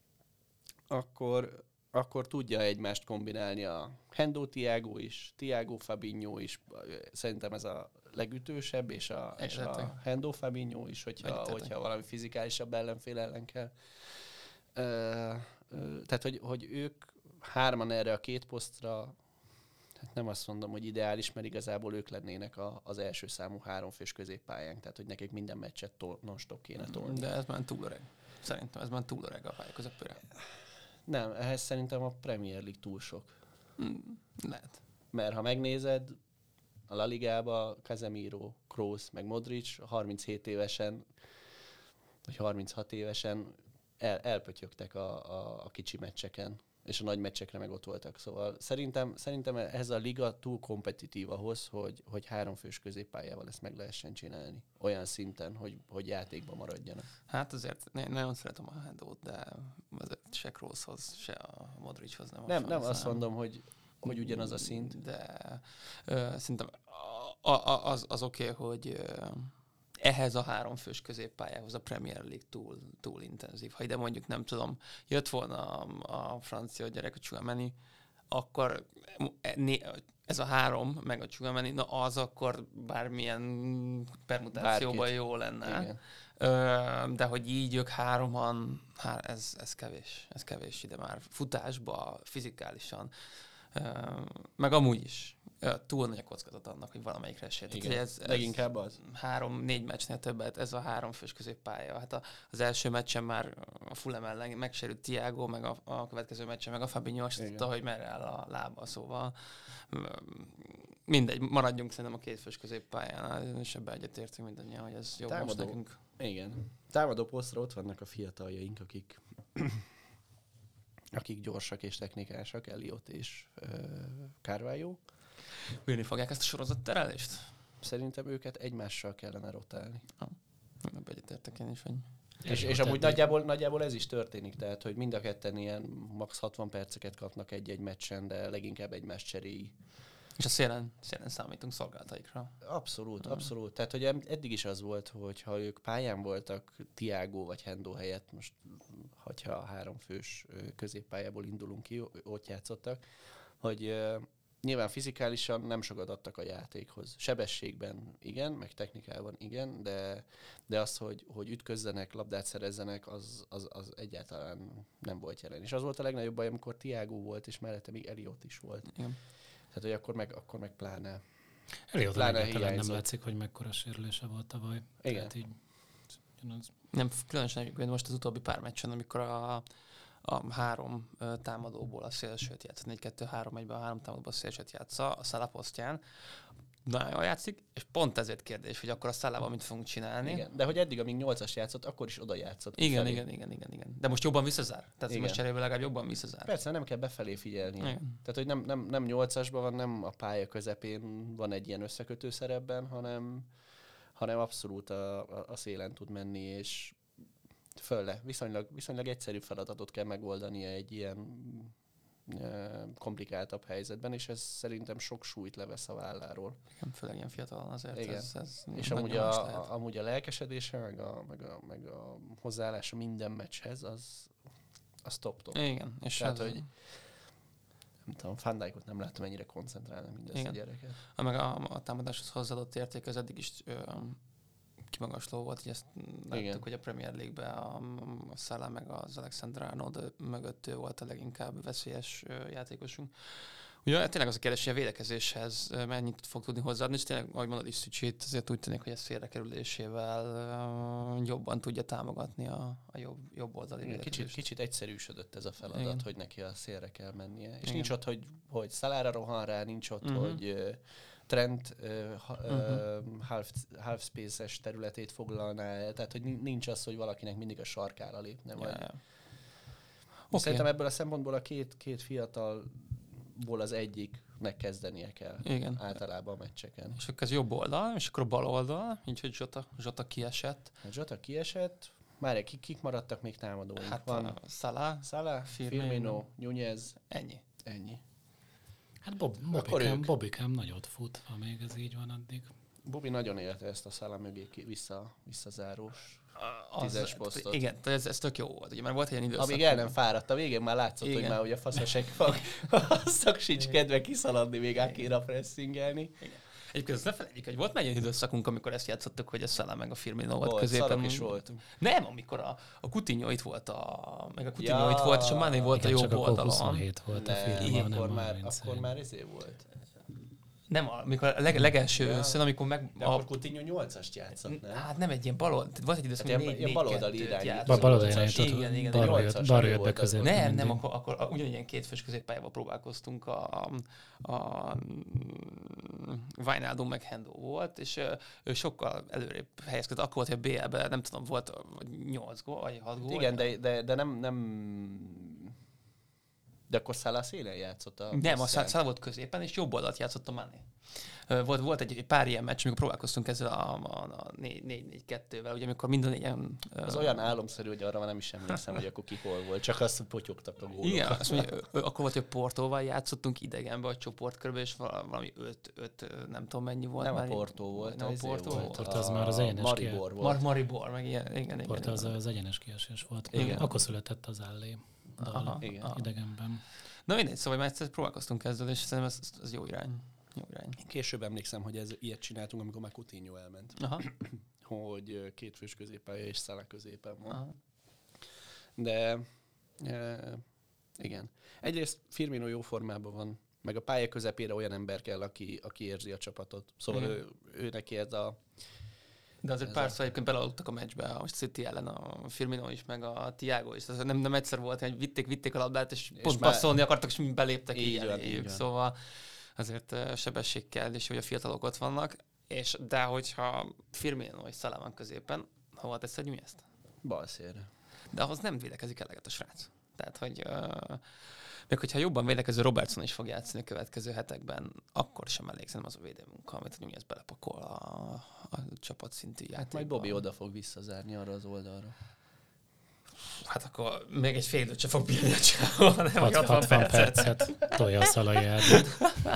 Speaker 3: akkor tudja egymást kombinálni a Hendo Thiago is, Thiago Fabinho is, szerintem ez a legütősebb, és a Hendo Fabinho is, hogyha valami fizikálisabb ellenfél ellen kell. Tehát, hogy ők 3-an erre a 2 posztra, hát nem azt mondom, hogy ideális, mert igazából ők lennének az első számú 3 fős középpályánk, tehát hogy nekik minden meccset non-stop kéne tolni.
Speaker 2: De ez már túl öreg. Szerintem ez már túl öreg a pálya közepére.
Speaker 3: Nem, ehhez szerintem a Premier League túl sok.
Speaker 2: Lehet.
Speaker 3: Mert ha megnézed, a La Ligába Casemiro, Kroos, meg Modric 37 évesen, vagy 36 évesen elpötyögtek a kicsi meccseken, és a nagy meccsekre meg ott voltak. Szóval szerintem ez a liga túl kompetitív ahhoz, hogy háromfős középpályával ezt meg lehessen csinálni. Olyan szinten, hogy játékban maradjanak.
Speaker 2: Hát azért nagyon szeretem a Hádót, de azért se Krooshoz, se a Modrichoz nem.
Speaker 3: Nem azt mondom, hogy ugyanaz a szint.
Speaker 2: De szerintem az oké, hogy ehhez a háromfős középpályához a Premier League túl intenzív. Ha ide mondjuk, nem tudom, jött volna a francia gyerek, a Tchouaméni, akkor ez a három, meg a Tchouaméni, na az akkor bármilyen permutációban jó lenne.
Speaker 3: Igen.
Speaker 2: De hogy így ők hároman, ez kevés. Ez kevés ide már. Futásba, fizikálisan, meg amúgy is. Túl nagy a kockázat annak, hogy valamelyikre esélyt.
Speaker 3: Igen,
Speaker 2: ez
Speaker 3: leginkább az.
Speaker 2: 3-4 meccsnél többet, ez a háromfős középpálya. Hát az első meccsen már a Fulham ellen megsérült Thiago, meg a következő meccsen meg a Fabinho azt tudta, hogy merre áll a lába, szóval mindegy, maradjunk szerintem a kétfős középpályán, és ebben egyetértünk mindannyian, hogy ez jobb most nekünk.
Speaker 3: Igen. Támadó posztra ott vannak a fiataljaink, akik gyorsak és technikásak, Elliot és Carvalho.
Speaker 2: Bírni fogják ezt a sorozatterelést?
Speaker 3: Szerintem őket egymással kellene rotálni.
Speaker 2: Ebben egyetértek én is, hogy...
Speaker 3: És amúgy nagyjából ez is történik, tehát hogy mind a ketten ilyen max 60 perceket kapnak egy-egy meccsen, de leginkább egymás cseréi.
Speaker 2: És a szélen számítunk szolgálataikra.
Speaker 3: Abszolút. Tehát, hogy eddig is az volt, hogy ha ők pályán voltak Thiago vagy Hendo helyett, most, hogyha a háromfős középpályából indulunk ki, ott játszottak, hogy nyilván fizikálisan nem sokat adtak a játékhoz. Sebességben igen, meg technikában igen, de az, hogy ütközzenek, labdát szerezzenek, az egyáltalán nem volt jelen. És az volt a legnagyobb baj, amikor Thiago volt, és mellette még Elliot is volt.
Speaker 2: Igen.
Speaker 3: Tehát, hogy akkor meg pláne
Speaker 1: Elég nem látszik, hogy mekkora sérülése volt tavaly.
Speaker 3: Igen.
Speaker 1: Tehát így,
Speaker 2: nem különösen most az utóbbi pár meccsen, amikor a három támadóból a szélsőt játszott, 4-2-3-1-ben a három támadóból a szélsőt játsza a Salah posztján. Nagyon jól játszik, és pont ezért kérdés, hogy akkor a Salahval mit fogunk csinálni.
Speaker 3: Igen, de hogy eddig, amíg 8-as játszott, akkor is oda játszott.
Speaker 2: Igen. De most jobban visszazár. Tehát
Speaker 3: igen.
Speaker 2: most cserébe legalább jobban visszazár.
Speaker 3: Persze, nem kell befelé figyelni.
Speaker 2: Igen.
Speaker 3: Tehát, hogy nem 8-asban van, nem a pálya közepén van egy ilyen összekötő szerepben, hanem abszolút a szélen tud menni, és viszonylag egyszerű feladatot kell megoldania egy ilyen komplikáltabb helyzetben, és ez szerintem sok súlyt levesz a válláról.
Speaker 2: Igen, főleg ilyen fiatalon azért.
Speaker 3: Igen.
Speaker 2: Ez
Speaker 3: és amúgy a lelkesedése, meg a hozzáállása minden meccshez, az top.
Speaker 2: Igen. És
Speaker 3: tehát, hogy nem tudom, Van Dijkot nem láttam ennyire koncentrálni mindezt a gyereket.
Speaker 2: Meg a támadáshoz hozzáadott érték az eddig is kimagasló volt, hogy ezt láttuk, hogy a Premier League-ben a Salah meg az Alexander-Arnold mögött ő volt a leginkább veszélyes játékosunk. Ugye tényleg az a kérdés, hogy a védekezéshez mennyit fog tudni hozzáadni, és tényleg, ahogy mondod is, Szücsit, azért úgy tűnik, hogy a szélre kerülésével jobban tudja támogatni a jobb oldali védekezést.
Speaker 3: Kicsit egyszerűsödött ez a feladat,
Speaker 2: igen.
Speaker 3: hogy neki a szélre kell mennie. És
Speaker 2: igen.
Speaker 3: nincs ott, hogy Salahra rohan rá, nincs ott, hogy Trent half space-es területét foglalná el, tehát hogy nincs az, hogy valakinek mindig a sarkára lépne. Vagy. Okay. Szerintem ebből a szempontból a két fiatalból az egyiknek kezdenie kell.
Speaker 2: Igen.
Speaker 3: Általában a meccseken.
Speaker 2: És akkor ez jobb oldal, és akkor a bal oldal, így hogy Jota kiesett.
Speaker 3: Jota kiesett, már kik maradtak még támadóink?
Speaker 2: Hát
Speaker 3: van
Speaker 2: Salah,
Speaker 3: Firmino, Nunez. Ennyi.
Speaker 1: Hát Bobikám nagyot fut, ha még ez így van addig.
Speaker 3: Bobby nagyon élte ezt a Salah mögé visszazárós 10-es posztot.
Speaker 2: Igen, ez tök jó volt, ugye már volt egy ilyen időszak.
Speaker 3: Amíg el nem fáradt, a végén már látszott, igen. Hogy már ugye faszasek fog sincs kedve kiszaladni, még Akira pressingelni.
Speaker 2: Igen. Egyébként azt ne felejtjük, hogy volt már egy időszakunk, amikor ezt játszottuk, hogy a Salah meg a Firmino volt középen.
Speaker 3: Szarok is voltunk.
Speaker 2: Nem, amikor a Coutinho itt volt, meg a Coutinho itt volt, és a Mané volt a jobb oldalon.
Speaker 1: 27 volt a Firmino,
Speaker 3: akkor már volt.
Speaker 2: Nem, amikor a legelső szön, amikor meg...
Speaker 3: De akkor Coutinho 8-ast játszott, nem?
Speaker 2: Hát nem egy ilyen volt egy időszak,
Speaker 3: Hát
Speaker 2: hogy
Speaker 3: ilyen baloldali
Speaker 2: 4-2-t
Speaker 3: irányító.
Speaker 2: játszott.
Speaker 1: Baloldali
Speaker 2: Igen,
Speaker 1: irányított, balra jött be középre.
Speaker 2: Nem, akkor ugyanilyen kétfős középpályával próbálkoztunk, a Wijnaldum meg Hendo volt, és ő sokkal előrébb helyezkedett. Akkor volt, hogy a BL-ben, nem tudom, volt 8 gól, vagy 6 gól.
Speaker 3: Igen, de nem... De akkor Salah szélen játszott a...
Speaker 2: Nem, a Salah volt középen, és jobb oldalt játszott a Mané. Volt egy pár ilyen meccs, amikor próbálkoztunk ezzel a 4-4-2-vel, ugye amikor minden ilyen...
Speaker 3: Az olyan álomszerű, hogy arra már nem is emlékszem, hogy akkor ki hol volt, csak azt potyogtak a gólok.
Speaker 2: Igen, azt mondja, akkor volt, hogy Portóval játszottunk idegenbe a csoportkörbe, és valami 5 nem tudom mennyi volt.
Speaker 3: Nem
Speaker 2: már.
Speaker 3: a Portó volt,
Speaker 2: nem a Portó volt.
Speaker 1: Porto az már az egyenes
Speaker 3: Maribor volt.
Speaker 2: Maribor, meg igen.
Speaker 1: Porto az egyenes kiesés volt.
Speaker 2: Igen.
Speaker 1: Akkor született az Allé. Idegenben.
Speaker 2: Na mindegy, szóval már egyszer próbálkoztunk ezzel, és szerintem ez jó irány.
Speaker 3: Én később emlékszem, hogy ilyet csináltunk, amikor már Coutinho elment.
Speaker 2: Aha.
Speaker 3: Hogy kétfős középpálya és Salah középen van.
Speaker 2: Aha.
Speaker 3: De igen. Egyrészt Firmino jó formában van, meg a pálya közepére olyan ember kell, aki érzi a csapatot. Szóval ő neki ez a...
Speaker 2: De azért párszor egyébként belealudtak a meccsbe, a City ellen a Firmino is, meg a Thiago is. Nem egyszer volt, hogy vitték a labdát, és pont passzolni akartak, és beléptek így eléjük. Szóval azért sebesség kell, és hogy a fiatalok ott vannak. De hogyha Firmino és Salah van középen, hova teszed Núñezt?
Speaker 3: Balszélre.
Speaker 2: De ahhoz nem védekezik eleget a srác. Tehát, hogy még hogyha jobban védekező Robertson is fog játszani a következő hetekben, akkor sem elég szerintem az a védőmunka, amit Núñez belepakol a csapatszintű játékban.
Speaker 3: Majd Bobby oda fog visszazárni arra az oldalra.
Speaker 2: Hát akkor még egy fél időt sem fog bírni a csávó, hanem
Speaker 1: 60 percet tolja a Szalai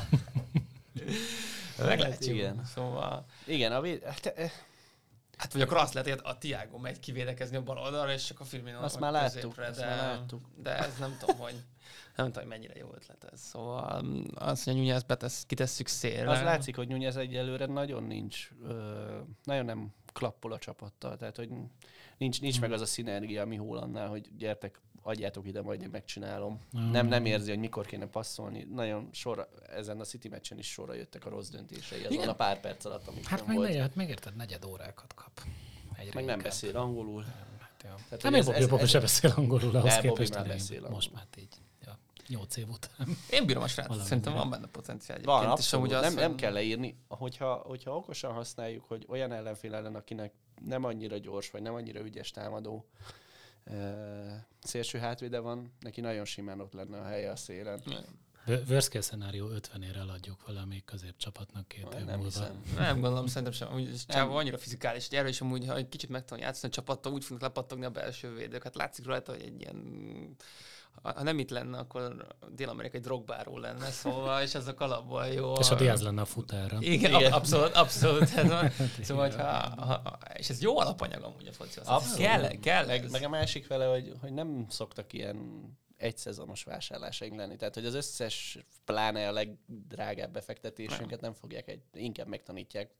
Speaker 2: meglátjuk.
Speaker 3: Igen.
Speaker 2: Szóval...
Speaker 3: Igen,
Speaker 2: Hát vagy akkor azt lehet, hogy a Thiago megy kivédekezni a bal oldalra, és csak a Firmino
Speaker 3: azt már láttuk.
Speaker 2: De ez nem tudom, hogy mennyire jó ötlet ez. Szóval azt mondja, hogy Núñez kitesszük szélre.
Speaker 3: Az látszik, hogy Núñez egyelőre nagyon nagyon nem klappol a csapattal. Tehát, hogy nincs meg az a szinergia, ami Haalandnál, hogy gyertek, adjátok ide, majd én megcsinálom. Nem érzi, hogy mikor kéne passzolni. Nagyon ezen a City meccsen is sorra jöttek a rossz döntései azon a pár perc alatt, amit
Speaker 1: hát
Speaker 3: nem volt.
Speaker 1: Hát megérted, negyed órákat kap.
Speaker 3: Meg nem beszél angolul.
Speaker 1: Hát még Bobby se beszél angolul, ahhoz képest
Speaker 3: most
Speaker 1: már így. 8 év után.
Speaker 2: Én bírom a srác, szerintem van benne potenciál.
Speaker 3: Van, abszolút. Nem kell leírni, hogyha okosan használjuk, hogy olyan ellenfél ellen, akinek nem annyira gyors, vagy nem annyira ügyes támadó szélső hátvéde van, neki nagyon simán ott lenne a helye a szélen.
Speaker 1: Worst case scenario 50-ére eladjuk valamelyik középcsapatnak 2 év múlva.
Speaker 2: Nem gondolom, szerintem sem. Csávó annyira fizikális, hogy erről is amúgy, ha egy kicsit meg tudom játszani a csapattal, úgy fognak lepattogni a belső védők. Hát látszik rajta, hogy egy ilyen... Ha nem itt lenne, akkor Dél-Amerika egy Drogbáról lenne, szóval, és ez a kalapból jó.
Speaker 1: És a Diaz lenne a futára.
Speaker 2: Igen. Abszolút. Szóval, és ez jó alapanyag amúgy a foci. Kell.
Speaker 3: Meg a másik vele, hogy nem szoktak ilyen egyszezonos vásárlásaink lenni. Tehát, hogy az összes, pláne a legdrágább befektetésünket nem fogják, inkább megtanítják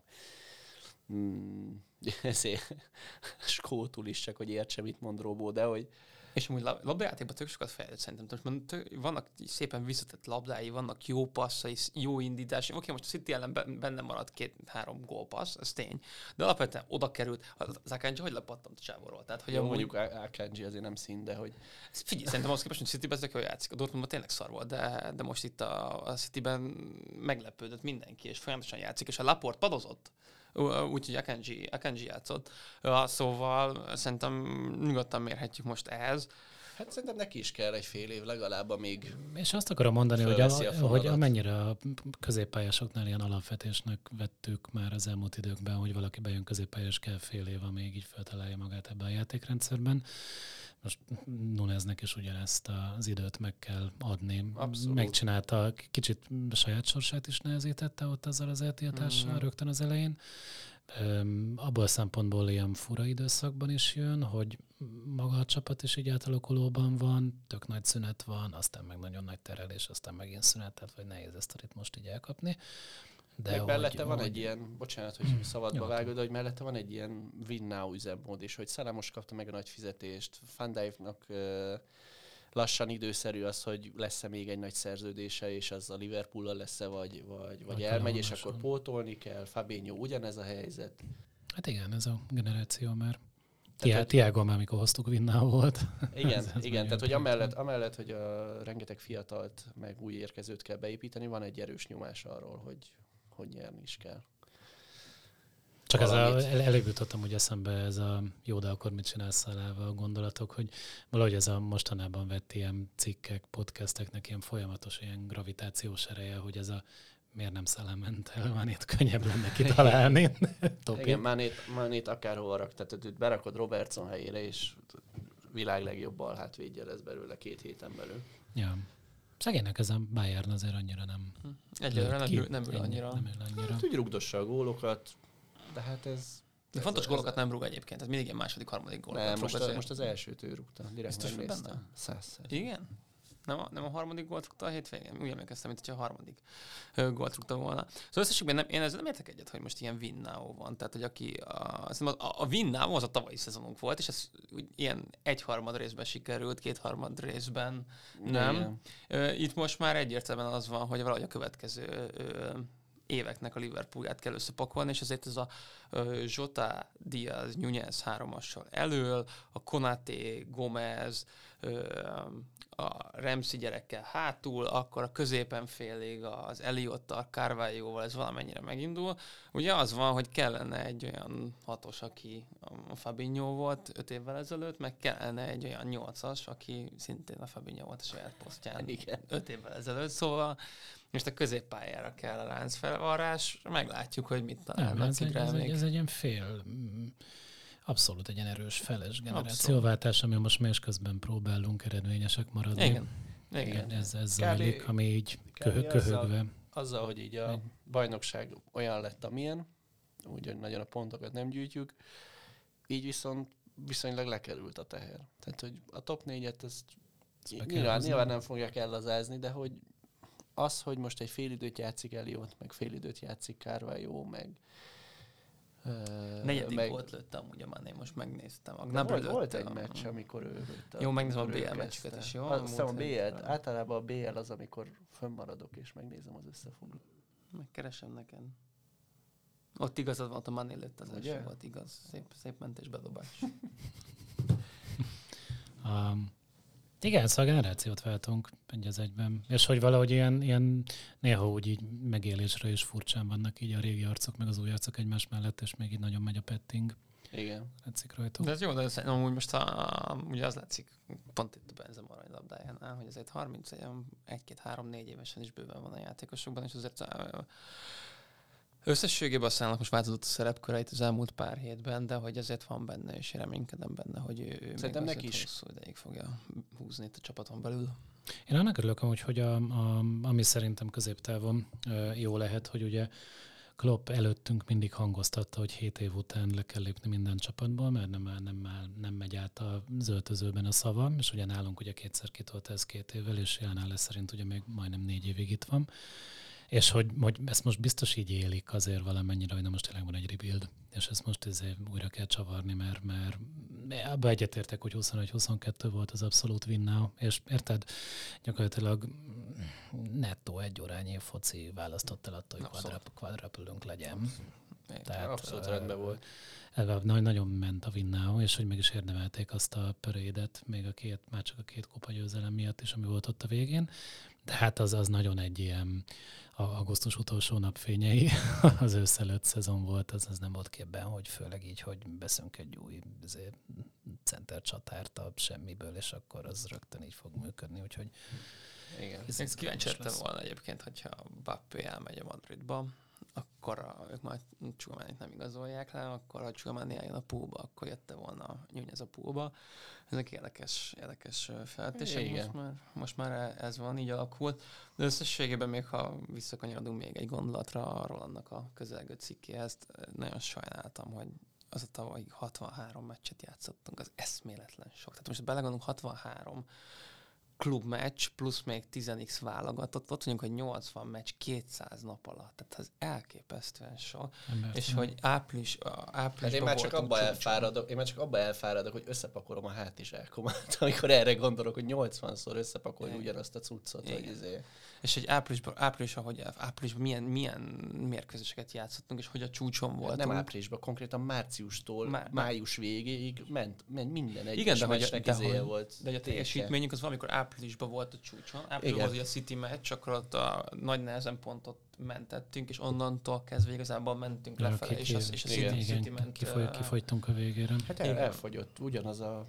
Speaker 3: skótul is csak, hogy értse, mit mond Robó, de hogy
Speaker 2: és amúgy labdajátékban tök sokat fejlődött szerintem. Most vannak szépen visszatett labdái, vannak jó passzai, jó indítás. Oké, most a City ellen benne maradt 2-3 gólpassz, ez tény. De alapvetően oda került, az Akanji hogy lepattant a csávóról. Tehát, hogy
Speaker 3: mondjuk Akanji azért nem szín, de hogy...
Speaker 2: Figyelj, szerintem ahhoz képest, hogy Cityben ezek jól játszik. A Dortmundban tényleg szar volt, de most itt a Cityben meglepődött mindenki, és folyamatosan játszik, és a Laporte padozott. Úgyhogy Akanji játszott. Szóval szerintem nyugodtan mérhetjük most ehhez.
Speaker 3: Hát szerintem neki is kell egy fél év legalább, amíg...
Speaker 1: És azt akarom mondani, hogy amennyire a középpályásoknál ilyen alapvetésnek vettük már az elmúlt időkben, hogy valaki bejön középpályás, kell fél év, amíg így feltalálja magát ebben a játékrendszerben. Most Núñeznek is ugyanezt az időt meg kell adni. Abszolút. Megcsinálta, kicsit saját sorsát is nehezítette ott azzal az eltiltással rögtön az elején. Abból a szempontból ilyen fura időszakban is jön, hogy maga a csapat is így átalakulóban van, tök nagy szünet van, aztán meg nagyon nagy terelés, aztán megint szünet, tehát hogy nehéz ezt a ritmust így elkapni. De
Speaker 3: meg mellette van egy ilyen, bocsánat, hogy szabadba vágod, de hogy mellette van egy ilyen win now üzemmód is, hogy Salah most kapta meg a nagy fizetést, Van Dijknak lassan időszerű az, hogy lesz-e még egy nagy szerződése, és az a Liverpool-al lesz-e, vagy elmegy, és akkor pótolni kell. Fabinho ugyanez a helyzet.
Speaker 1: Hát igen, ez a generáció már.
Speaker 3: Tehát,
Speaker 1: Tiago már mikor hoztuk Vinnau volt.
Speaker 3: Igen, tehát hogy amellett, hogy a rengeteg fiatalt meg új érkezőt kell beépíteni, van egy erős nyomás arról, hogy nyerni is kell.
Speaker 1: Csak előbb jutottam úgy eszembe ez a jó, de akkor mit csinálsz Szalával a gondolatok, hogy valahogy ez a mostanában vett ilyen cikkek, podcasteknek ilyen folyamatos ilyen gravitációs ereje, hogy ez a miért nem Salah ment el, Manét könnyebb lenne kitalálni.
Speaker 3: Igen, Manét akárhova rak, tehát őt berakod Robertson helyére, és világ legjobb balhátvédje lesz belőle 2 héten belül.
Speaker 1: Ja. Szegénynek ez a Bayern azért annyira nem...
Speaker 2: Egyelőre nem ül annyira.
Speaker 3: Hát úgy rugdossa a gólokat, de hát ez...
Speaker 2: De fontos gólokat nem rúg egyébként, ez mindig ilyen második, harmadik gólokat
Speaker 3: rúg. Most az elsőt ő rúgta, direkt megnéztem. 100-szer.
Speaker 2: Igen? Nem a harmadik gólt rúgta a hétvégén? Úgy emlékeztem, mint hogyha a harmadik gólt rúgta volna. Szóval összességben én ezzel nem értek egyet, hogy most ilyen Vinnau van. Tehát, hogy aki a Vinnau az a tavalyi szezonunk volt, és ez ilyen 1/3 részben sikerült, 2/3 részben nem. Itt most már egyértelműen az van, hogy valahogy a következő éveknek a Liverpoolját kell összepakolni, és ezért ez a Jota, Diaz, Nunez 3-assal elől, a Konaté, Gomez, a Ramsey gyerekkel hátul, akkor a középen félig az Eliottal, Carvalhoval ez valamennyire megindul. Ugye az van, hogy kellene egy olyan 6-os, aki a Fabinho volt 5 évvel ezelőtt, meg kellene egy olyan 8-as, aki szintén a Fabinho volt a saját posztján 5 évvel ezelőtt, szóval most a középpályára kell a láncfelvarrás, meglátjuk, hogy mit találnak ki rá még. Ez
Speaker 1: egy ilyen abszolút egy ilyen erős feles generációváltás, ami most más közben próbálunk eredményesek maradni.
Speaker 2: Igen.
Speaker 1: Ez zajlik, ami így köhögve.
Speaker 3: Azzal, hogy így a bajnokság olyan lett, amilyen, úgy nagyon a pontokat nem gyűjtjük, így viszont viszonylag lekerült a teher. Tehát, hogy a top 4-et ezt nyilván nem fogják ellazázni, de hogy az, hogy most egy fél időt játszik Eliott, meg fél időt játszik Carvalho, meg
Speaker 2: negyedik volt lőtte amúgy a Mané, most megnéztem.
Speaker 3: Volt egy meccs, amikor ő lőtte.
Speaker 2: Jó, megnézem a BL meccseket is, jó?
Speaker 3: Aztán a BL, általában a BL az, amikor fönnmaradok, és megnézem az összefoglalót.
Speaker 2: Megkeresem neked. Ott igazad volt, a Mané lőtt az első volt, igaz. Szép mentés bedobás.
Speaker 1: Igen, szóval generációt váltunk egy az egyben. És hogy valahogy ilyen néha úgy így megélésre is furcsán vannak így a régi arcok, meg az új arcok egymás mellett, és még így nagyon megy a petting.
Speaker 3: Igen.
Speaker 1: Látszik rajtuk.
Speaker 2: De ez jó, de amúgy most ugye az látszik pont itt a Benzema aranylabdájánál, hogy azért 1-2-3-4 évesen is bőven van a játékosokban, és azért összességében a Szállnak most változott a szerepköreit az elmúlt pár hétben, de hogy ezért van benne, és én reménykedem benne, hogy ő
Speaker 3: szerintem
Speaker 2: még
Speaker 3: neki is
Speaker 2: hosszú ideig fogja húzni itt a csapaton belül.
Speaker 1: Én annak örülök amúgy, hogy ami szerintem középtávon jó lehet, hogy ugye Klopp előttünk mindig hangoztatta, hogy 7 év után le kell lépni minden csapatból, mert nem megy át az öltözőben a szava, és ugye nálunk ugye 2-szer kitolt ez 2 évvel, és jelenleg szerint ugye még majdnem 4 évig itt van. És hogy ezt most biztos így élik azért valamennyire, hogy na most tényleg van egy rebuild, és ezt most újra kell csavarni, mert abba egyetértek, hogy 21-22 volt az abszolút Vinnau, és érted, gyakorlatilag nettó 1 órányi foci választott el attól, hogy quadruplünk legyen.
Speaker 3: Tehát, abszolút rendben volt.
Speaker 1: Nagyon ment a Vinnau, és hogy meg is érdemelték azt a pörédet, még már csak a 2 kupagyőzelem miatt is, ami volt ott a végén. De hát az nagyon egy ilyen augusztus utolsó napfényei, az ősz előtt szezon volt, az nem volt képben, hogy főleg így, hogy veszünk egy új center csatárt a semmiből, és akkor az rögtön így fog működni, úgyhogy...
Speaker 2: Igen. Én kíváncsi lettem volna egyébként, hogyha Mbappé elmegy a Madridba, akkor ők majd Tchouaménit nem igazolják le, akkor ha Tchouaméni eljön a poolba, akkor jötte volna Nunez a poolba. Ezek érdekes feltések, most már ez van, így alakult. De összességében még, ha visszakanyarodunk még egy gondolatra arról annak a közelgő cikkéhez, nagyon sajnáltam, hogy az a tavalyi 63 meccset játszottunk, az eszméletlen sok. Tehát most belegondolunk 63, klubmeccs, plusz még 10x válogatott, ott vagyunk, hogy 80 meccs 200 nap alatt. Tehát az elképesztően sok. És hogy áprilisban
Speaker 3: hát én már csak abba elfáradok, hogy összepakolom a hátizsákomat, amikor erre gondolok, hogy 80-szor összepakolni ugyanazt a cuccot. Hogy
Speaker 2: és hogy áprilisban milyen mérkőzéseket játszottunk, és hogy a csúcson voltunk.
Speaker 3: Nem áprilisban, konkrétan márciustól május végéig ment minden egyes
Speaker 2: igen,
Speaker 3: meccsnek volt.
Speaker 2: De a teljesítményünk az valamikor áprilisban volt a csúcson. Áprilisban volt ugye a City meccs, akkor ott a nagy nehezen pontot mentettünk, és onnantól kezdve igazából mentünk lefele, és a City ment.
Speaker 1: Kifogytunk a végére.
Speaker 3: Hát elfogyott, ugyanaz a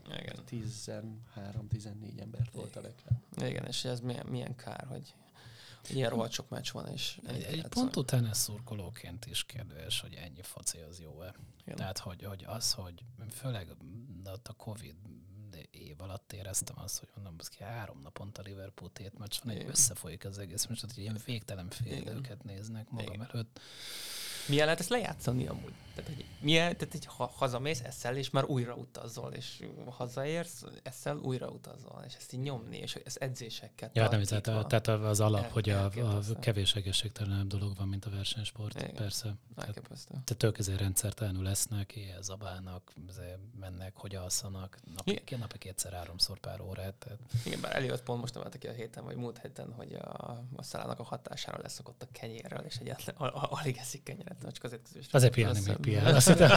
Speaker 3: 13-14 embert volt a legjobb.
Speaker 2: Igen, és ez milyen kár, hogy ilyen rohadt sok meccs van, és
Speaker 1: egy pont után ez szurkolóként is kérdés, hogy ennyi foci az jó-e. Igen. Tehát, hogy főleg a Covid év alatt éreztem azt, hogy mondom, 3 naponta Liverpool tétmeccs van, egy összefolyik az egész, most hogy ilyen végtelen félidőket néznek magam előtt.
Speaker 2: Milyen lehet ezt lejátszani amúgy? Tehát, hogy hazamész, eszel, és már újra utazol, és hazaérsz, eszel, újra utazol, és ezt így nyomni, és ezt edzésekkel
Speaker 1: tartítva. Tehát az alap, hogy a kevés egészségtelenebb dolog van, mint a versenysport, igen. Persze. Tehát ők ezért rendszertelenül lesznek, éjjel zabálnak, mennek, hogy alszanak, napi 2-3-szor pár órát. Tehát.
Speaker 2: Igen, bár Elliot pont most emelte ki a héten, vagy múlt héten, hogy a szalának a hatására leszokott a kenyérrel, és egyáltalán alig eszik kenyeret.
Speaker 1: Azért pihenni még pihen.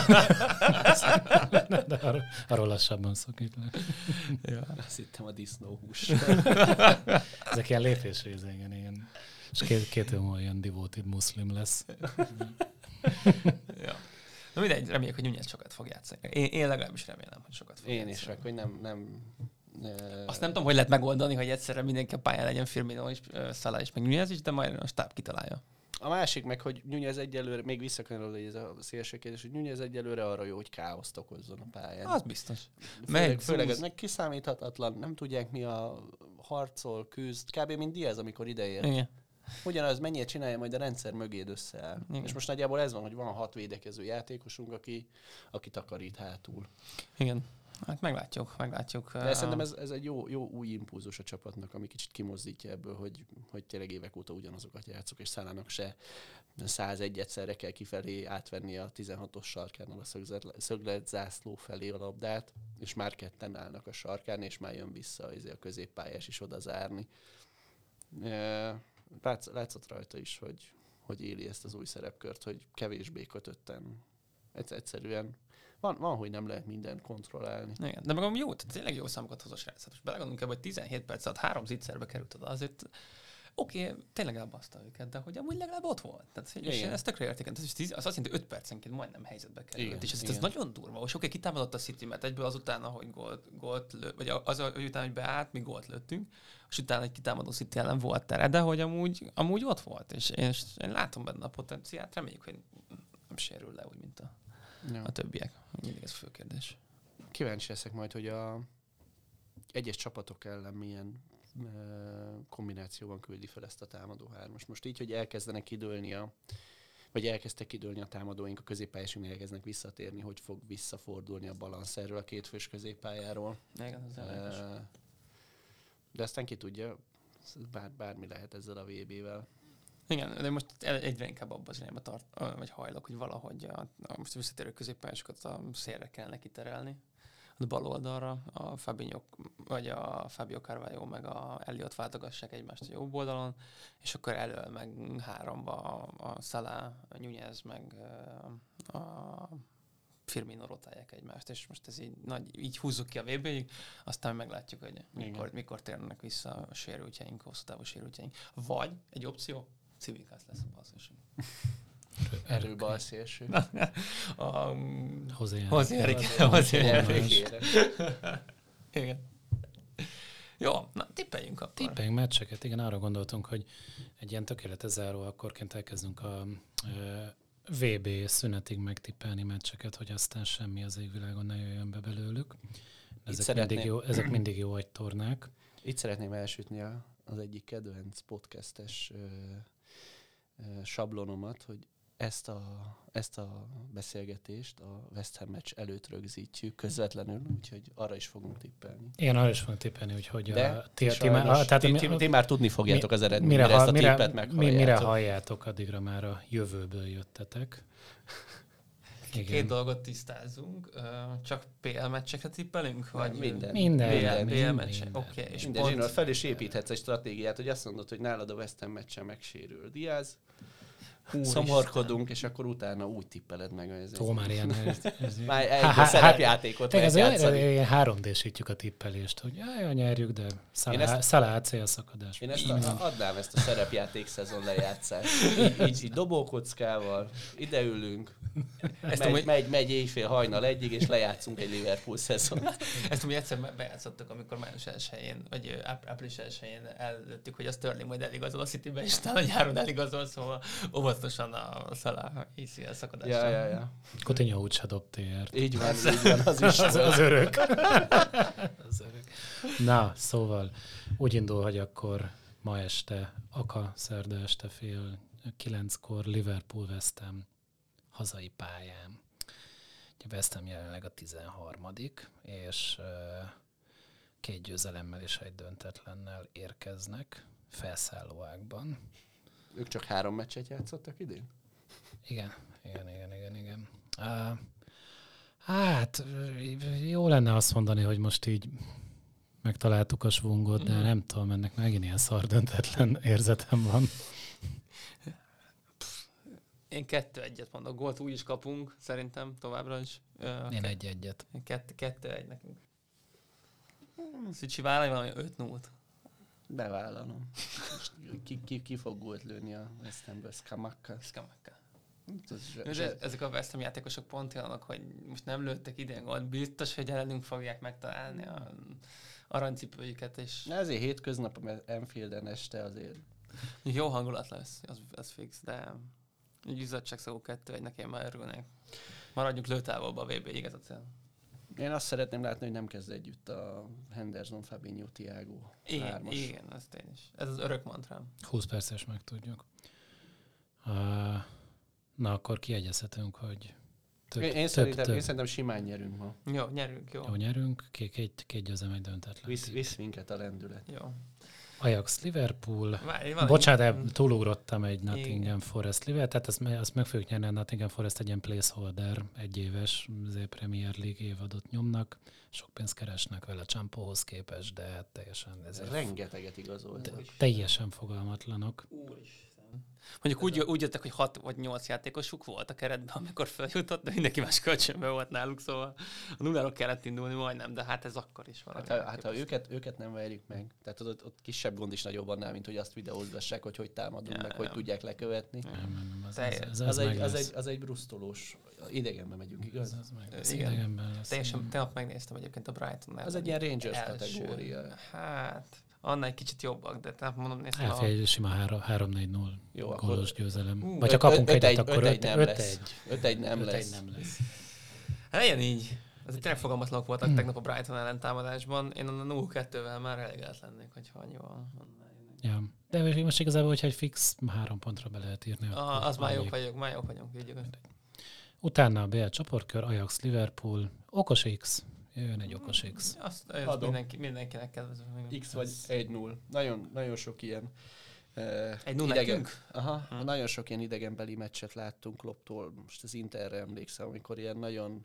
Speaker 1: De arról lassabban szokik le.
Speaker 3: Ja. Azt hittem a disznóhús.
Speaker 1: Ezek ilyen lépésrészek, igen. És két múlva ilyen devoted muszlim lesz.
Speaker 2: Ja. Na mindegy, reméljük, hogy Núñez sokat fog játszani. Én legalábbis remélem, hogy sokat fog játszani.
Speaker 3: Én is, hogy nem
Speaker 2: azt nem tudom, hogy lehet megoldani, hogy egyszerre mindenki a pályán legyen, Firmino is, Salah is, meg Núñez is, de majd a stáb kitalálja.
Speaker 3: A másik meg, hogy Núñez egyelőre, még visszakanyarodva ez a szélső kérdés, hogy Núñez egyelőre arra jó, hogy káoszt okozzon a pályán.
Speaker 2: Az biztos.
Speaker 3: Főleg ez meg kiszámíthatatlan, nem tudják mi a harcol, küzd, kb. Mint Diaz, amikor ideért.
Speaker 2: Igen.
Speaker 3: Ugyanaz, mennyire csinálja, majd a rendszer mögéd összeáll. Igen. És most nagyjából ez van, hogy van 6 védekező játékosunk, aki takarít hátul.
Speaker 2: Igen. Hát meglátjuk.
Speaker 3: De szerintem ez egy jó új impulzus a csapatnak, ami kicsit kimozdítja ebből, hogy tényleg évek óta ugyanazokat játszok, és Salának se 101 egyszerre kell kifelé átvenni a 16-os sarkánál a szöglet zászló felé a labdát, és már ketten állnak a sarkán, és már jön vissza a középpályás is oda zárni. Látszott rajta is, hogy éli ezt az új szerepkört, hogy kevésbé kötötten. Egyszerűen van, hogy nem lehet mindent kontrollálni.
Speaker 2: Igen, de meg jó, tehát tényleg jó számokat hoz a srác. Most belegondolunk ebbe, hogy 17 perc alatt 3 zicserbe került oda, azért oké, tényleg elbaszta őket, de hogy amúgy legalább ott volt. Tehát, és én ezt tökre értékem. Az azt jelenti, hogy 5 percenként majdnem helyzetbe került. Igen, és ez nagyon durva. És oké, kitámadott a City, mert egyből azután, ahogy gólt lőtt, vagy azután, hogy beállt, mi gólt lőttünk, és utána egy kitámadó City ellen volt tere, de hogy amúgy ott volt. És én látom benne a potenciált, reméljük, hogy nem sérül le úgy, mint a többiek. Mindig ez fő kérdés.
Speaker 3: Kíváncsi leszek majd, hogy a egyes csapatok ellen milyen kombinációban küldi fel ezt a támadó hármas. Most így, hogy elkezdenek kidőlni vagy elkezdtek kidőlni a támadóink, a középpályásunk elkezdenek visszatérni, hogy fog visszafordulni a balansz erről a kétfős középpályáról.
Speaker 2: Igen,
Speaker 3: de aztán ki tudja, bármi lehet ezzel a VB-vel.
Speaker 2: Igen, de most egyre inkább abban az irányba vagy hajlok, hogy valahogy most a visszatérő középpályásokat a szélre kellene kiterelni. A bal oldalra a Fabio Carvalho meg a Elliot váltogassák egymást a jobb oldalon, és akkor elől meg 3-ba a Salah, a Núñez meg a Firmino rotálják egymást, és most ez így húzzuk ki a VB-ig, aztán meglátjuk, hogy mikor térnek vissza a sérültjeink, hosszú távú sérültjeink. Vagy egy opció, Cimikász lesz a balszélső.
Speaker 3: Erőbalszélső.
Speaker 2: Igen. Jó, na tippeljünk akkor.
Speaker 1: Tippeljünk meccseket, igen, arra gondoltunk, hogy egy ilyen tökéletes záró akkorként elkezdünk a VB szünetig megtippelni meccseket, hogy aztán semmi az égvilágon ne jöjjön be belőlük. Ezek mindig jó agytornák.
Speaker 3: Itt szeretném elsütni az egyik kedvenc podcastes sablonomat, hogy ezt a beszélgetést a West Ham meccs előtt rögzítjük közvetlenül, úgyhogy arra is fogunk tippelni.
Speaker 1: Igen, arra is fogunk tippelni, úgyhogy
Speaker 3: de ti már tudni fogjátok az eredményt, mire ezt a tippet meghalljátok.
Speaker 1: Mire halljátok, addigra már a jövőből jöttetek.
Speaker 2: Igen. Két dolgot tisztázunk, csak PL meccsekre tippelünk? Vagy
Speaker 1: minden.
Speaker 2: PL meccse. Oké. És
Speaker 3: minden. Fel is építhetsz egy stratégiát, hogy azt mondod, hogy nálad a West Ham meccsen megsérül Diaz, szomorkodunk, és akkor utána úgy tippeled meg.
Speaker 1: Már ilyen...
Speaker 3: Már egy szerepjátékot lehet játszani.
Speaker 1: 3D-sítjük a tippelést, hogy nyerjük, de Salah célszakadás.
Speaker 3: Én adnám ezt a szerepjáték szezon lejátszást. Így dobókockával, ideülünk, megy éjfél hajnal egyig, és lejátszunk egy Liverpool szezont.
Speaker 2: Ezt mi egyszer bejátszottuk, amikor május 1-én, vagy április 1-én előttük, hogy a Sterling majd eligazol a Citybe, és talán nyáron eligazol, szóval óvatosan a Salah ACL szakadásra.
Speaker 3: Ja.
Speaker 1: Coutinho úgyse dob TR-t.
Speaker 3: Így van, az is.
Speaker 1: az örök. Na, szóval úgy indul, hogy akkor ma este, szerda este 8:30 Liverpool West Ham hazai pályán. A West Ham jelenleg a 13. és 2 győzelemmel és 1 döntetlennel érkeznek felszállóákban.
Speaker 3: Ők csak 3 meccset játszottak idén?
Speaker 1: Igen. Hát jó lenne azt mondani, hogy most így megtaláltuk a svungot, de nem tudom, ennek megint ilyen szardöntetlen érzetem van.
Speaker 2: Én 2-1-et mondok. Gólt úgy is kapunk, szerintem továbbra is.
Speaker 1: Én 1-1-et.
Speaker 2: 2-1 nekünk. Szücsi vállalj valami 5-0-t.
Speaker 3: Bevállalom. Ki fog gólt lőni a West Hamből? Scamacca.
Speaker 2: Ezek a West Ham játékosok pont olyanok, hogy most nem lőttek idén gólt, biztos, hogy ellenünk fogják megtalálni a aranycipőjüket. És...
Speaker 3: Ezért hétköznap Anfielden este azért.
Speaker 2: Jó hangulat lesz, az fix, de egy izzadságszagú 2-1-nek én már örülnék. Maradjunk lőtávolba a VB-ig, ez a cél.
Speaker 3: Én azt szeretném látni, hogy nem kezd együtt a Henderson, Fabinho, Thiago.
Speaker 2: Igen, azt én is. Ez az örök mantrám.
Speaker 1: 20 perces megtudjuk. Na, akkor kiegyezhetünk, hogy
Speaker 3: én szerintem simán nyerünk ma.
Speaker 2: Jó, nyerünk, jó.
Speaker 1: Jó, nyerünk, két győzelem, egy döntetlen.
Speaker 3: Visz minket a lendület.
Speaker 2: Jó.
Speaker 1: Ajax Liverpool. Bocsánat, túlugrottam egy Nottingham Forest Liverpool, tehát azt meg fogjuk nyerni, a Nottingham Forest egy ilyen placeholder, 1 éves Premier League évadot nyomnak, sok pénzt keresnek vele Csampóhoz képest, de teljesen...
Speaker 3: Rengeteget igazolt.
Speaker 1: Teljesen fogalmatlanok.
Speaker 2: Úristen. Mondjuk úgy jöttek, hogy 6 vagy 8 játékosuk volt a keretben, amikor feljutott, de mindenki más kölcsönben volt náluk, szóval a nulláról kellett indulni majdnem, de hát ez akkor is valami.
Speaker 3: Hát ha őket nem verjük meg, tehát ott kisebb gond is nagyobb annál, mint hogy azt videózgassák, hogy támadunk, meg hogy tudják lekövetni. Az egy brusztolós. Idegenben megyünk, igaz?
Speaker 1: Idegenben lesz.
Speaker 2: Teljesen, tegnap megnéztem egyébként a Brighton-nál.
Speaker 3: Az egy ilyen Rangers kategória.
Speaker 2: Hát... Annál egy kicsit jobbak, de tehát mondom, néztem
Speaker 1: Elfél, sima 3-4-0 gólos győzelem. Vagy
Speaker 3: ha
Speaker 1: kapunk egyet, akkor
Speaker 3: 5-1. 5-1 nem lesz.
Speaker 2: Hát ilyen így. Ez tényleg fogalmatlanok voltak tegnap a Brighton ellen támadásban. Én a 0-2-vel már elégedett lennék, hogyha annyival.
Speaker 1: Ja. De most igazából, hogyha egy fix 3 pontra be lehet írni.
Speaker 2: Az már jók vagyunk.
Speaker 1: Utána a BL csoportkör, Ajax Liverpool, okos X. Jön egy okos X.
Speaker 2: Azt mindenkinek kedvező.
Speaker 3: X vagy 1-0. Nagyon sok ilyen
Speaker 2: idegen.
Speaker 3: Nagyon sok ilyen idegenbeli meccset láttunk Klopptól. Most az Interre emlékszem, amikor ilyen nagyon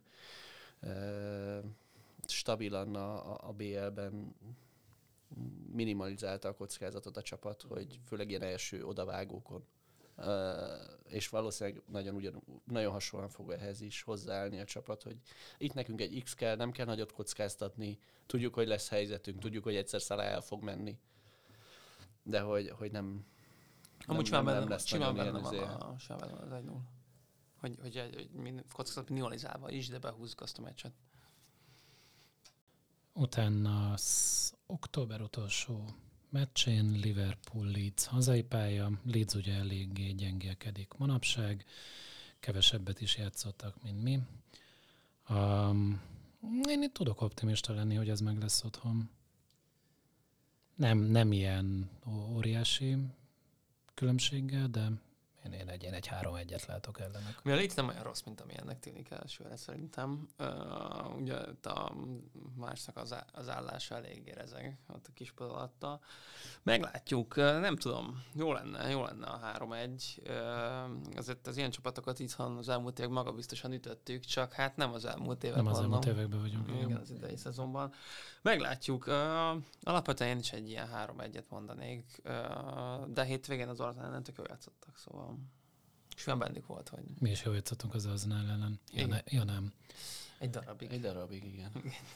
Speaker 3: stabilan a BL-ben minimalizálta a kockázatot a csapat, hogy főleg ilyen első odavágókon. És valószínűleg nagyon hasonlóan fog ehhez is hozzáállni a csapat, hogy itt nekünk egy X kell, nem kell nagyot kockáztatni, tudjuk, hogy lesz helyzetünk, tudjuk, hogy egyszer Salah el fog menni, de hogy nem lesz
Speaker 2: nagyon
Speaker 3: ilyen
Speaker 2: az 1-0. Hogy kockázat minimalizálva is, de behúzzuk azt a meccset.
Speaker 1: Utána az október utolsó meccsén Liverpool-Leeds hazai pálya. Leeds ugye eléggé gyengélkedik manapság, kevesebbet is játszottak, mint mi. Én itt tudok optimista lenni, hogy ez meg lesz otthon. Nem ilyen óriási különbséggel, de Én egy 3-1-et látok ellenük.
Speaker 2: Mi a Leeds nem olyan rossz, mint ami ennek tűnik elsőre szerintem. Ugye a másnak az állása eléggé rezeg ott a kispad alatta. Meglátjuk, nem tudom, jó lenne a 3-1. Azért az ilyen csapatokat itthon az elmúlt évek magabiztosan ütöttük, csak hát nem az elmúlt években.
Speaker 1: Nem az elmúlt években vagyunk.
Speaker 2: Igen, az idei szezonban. Meglátjuk. Alapvetően én is egy ilyen 3-1-et mondanék, de hétvégén az Arsenal ellen tök jól játszottak, szóval és olyan bennük volt, hogy...
Speaker 1: Mi is jól játszottunk az Arsenal ellen. Ja, nem.
Speaker 2: Egy darabig,
Speaker 3: igen.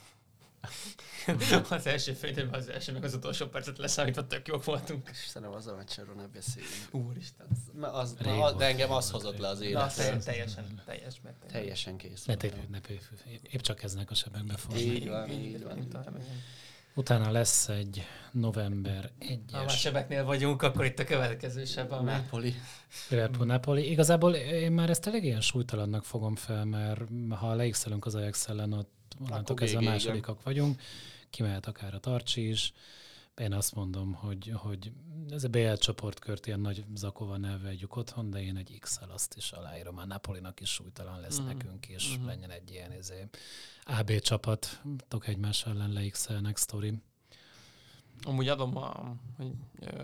Speaker 2: Az első félidőben az első, meg az utolsó percet leszámítva tök jók voltunk.
Speaker 3: Istenem, az a meccsről ne beszéljünk.
Speaker 2: Úristen.
Speaker 3: De engem az hozott le az életre.
Speaker 2: Teljesen
Speaker 3: kész.
Speaker 1: Ne tépjük. Épp csak kezdnek a sebekbe fogni.
Speaker 3: Így van.
Speaker 1: Utána lesz egy november 1-es.
Speaker 2: Ha már sebeknél vagyunk, akkor itt a következő seb, ami...
Speaker 1: Liverpool-Napoli. Igazából én már ezt elég ilyen súlytalannak fogom fel, mert ha leigzelünk az Ajax ellen, ott onnantól kezdve a másodikak vagyunk, kimehet akár a Tarcsi is. Én azt mondom, hogy ez a BL csoportkört ilyen nagy zakóval ne vegyük otthon, de én egy X-el azt is aláírom. A Napolinak is súlytalan lesz nekünk, és legyen egy ilyen AB csapatok egymás ellen leigzelnek sztori.
Speaker 2: Amúgy adom hogy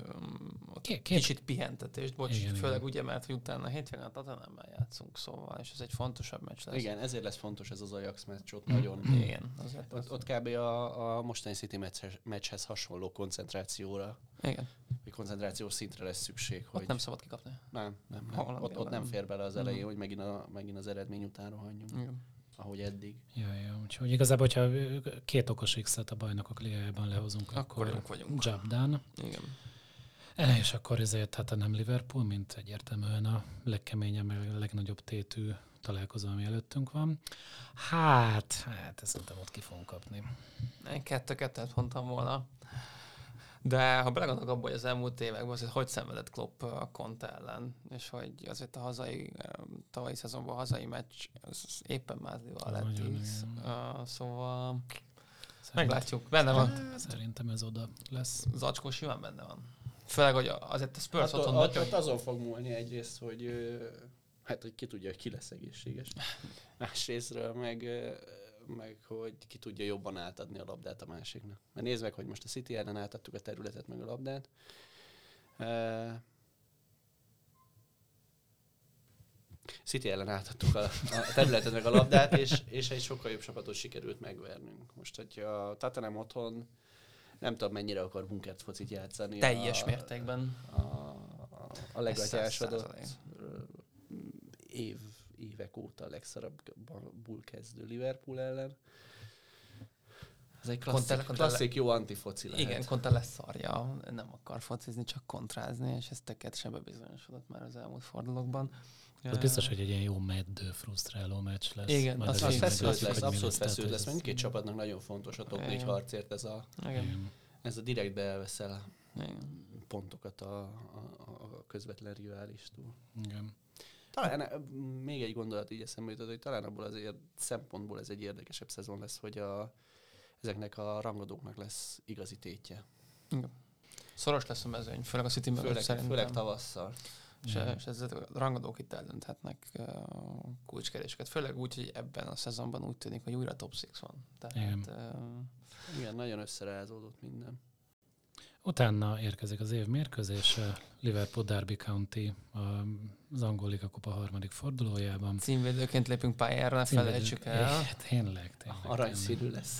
Speaker 2: kicsit pihentetést,
Speaker 1: igen,
Speaker 2: főleg ugye, mert hogy utána hétvégén a Tottenhammel játszunk, szóval, és ez egy fontosabb meccs lesz.
Speaker 3: Igen, ezért lesz fontos ez az Ajax meccs, ott nagyon.
Speaker 2: Igen,
Speaker 3: ott kb. A mostani City meccshez hasonló koncentrációra.
Speaker 2: Igen.
Speaker 3: Vagy koncentrációs szintre lesz szükség.
Speaker 2: Ott nem szabad kikapni.
Speaker 3: Nem. Ott nem fér bele az elején, hogy megint az eredmény után rohanjunk. Igen. Ahogy eddig.
Speaker 1: Ja, úgyhogy igazából, hogyha 2 okos X-et a bajnokok ligájában lehozunk, akkor
Speaker 2: vagyunk.
Speaker 1: Job done.
Speaker 2: Igen.
Speaker 1: És akkor ezért hát nem Liverpool, mint egyértelműen a legkeményebb, a legnagyobb tétű találkozó, ami előttünk van. Hát ezt szerintem ott ki fogunk kapni.
Speaker 2: Én 2-2-et mondtam volna. De ha belegondolok abba, hogy az elmúlt években azért hogy szenvedett Klopp a Conte ellen, és hogy azért a tavalyi szezonban a hazai meccs az éppen mázlival lett 10. Szóval meglátjuk. Benne van.
Speaker 1: Szerintem ez oda lesz.
Speaker 2: Zacskó simán benne van. Főleg, hogy azért a Spurs
Speaker 3: ott azon fog múlni egyrészt, hogy hogy ki tudja, hogy ki lesz egészséges. Másrésztről meg hogy ki tudja jobban átadni a labdát a másiknak. Mert nézd meg, hogy most a City ellen átadtuk a területet meg a labdát. City ellen átadtuk a területet meg a labdát, és egy sokkal jobb csapatot sikerült megvernünk. Most, hogyha a Tottenham otthon nem tudom, mennyire akar bunkert focit játszani.
Speaker 2: Teljes mértékben.
Speaker 3: A legatyásodott évek óta a legszarabbul kezdő Liverpool ellen. Ez egy klasszik jó antifoci lehet.
Speaker 2: Igen, Conte lesz szarja, nem akar focizni, csak kontrázni, és ez tökéletesen bebizonyosodott már az elmúlt fordulókban.
Speaker 1: Az biztos, hogy egy ilyen jó meddő, frusztráló meccs lesz.
Speaker 2: Igen,
Speaker 3: az abszolút feszült lesz. Mindkét csapatnak nagyon fontos a top 4 harcért ez a direkt beelveszel pontokat a közvetlen riválistól.
Speaker 1: Igen.
Speaker 3: Talán még egy gondolat így eszembe jutott, hogy talán abból azért szempontból ez egy érdekesebb szezon lesz, hogy ezeknek a rangadóknak lesz igazi tétje.
Speaker 2: Igen. Szoros lesz a mezőny, főleg a City mögött szerintem.
Speaker 3: Főleg tavasszal.
Speaker 2: És ezek a rangadók itt eldönthetnek kulcskeréseket. Főleg úgy, hogy ebben a szezonban úgy tűnik, hogy újra top 6 van. Tehát,
Speaker 3: igen, nagyon összerázódott minden.
Speaker 1: Utána érkezik az év mérkőzése, Liverpool Derby County az angol liga kupa 3. fordulójában.
Speaker 2: Címvédőként lépünk pályára, ne felejtsük el.
Speaker 1: Tényleg.
Speaker 3: Aranyszínű lesz.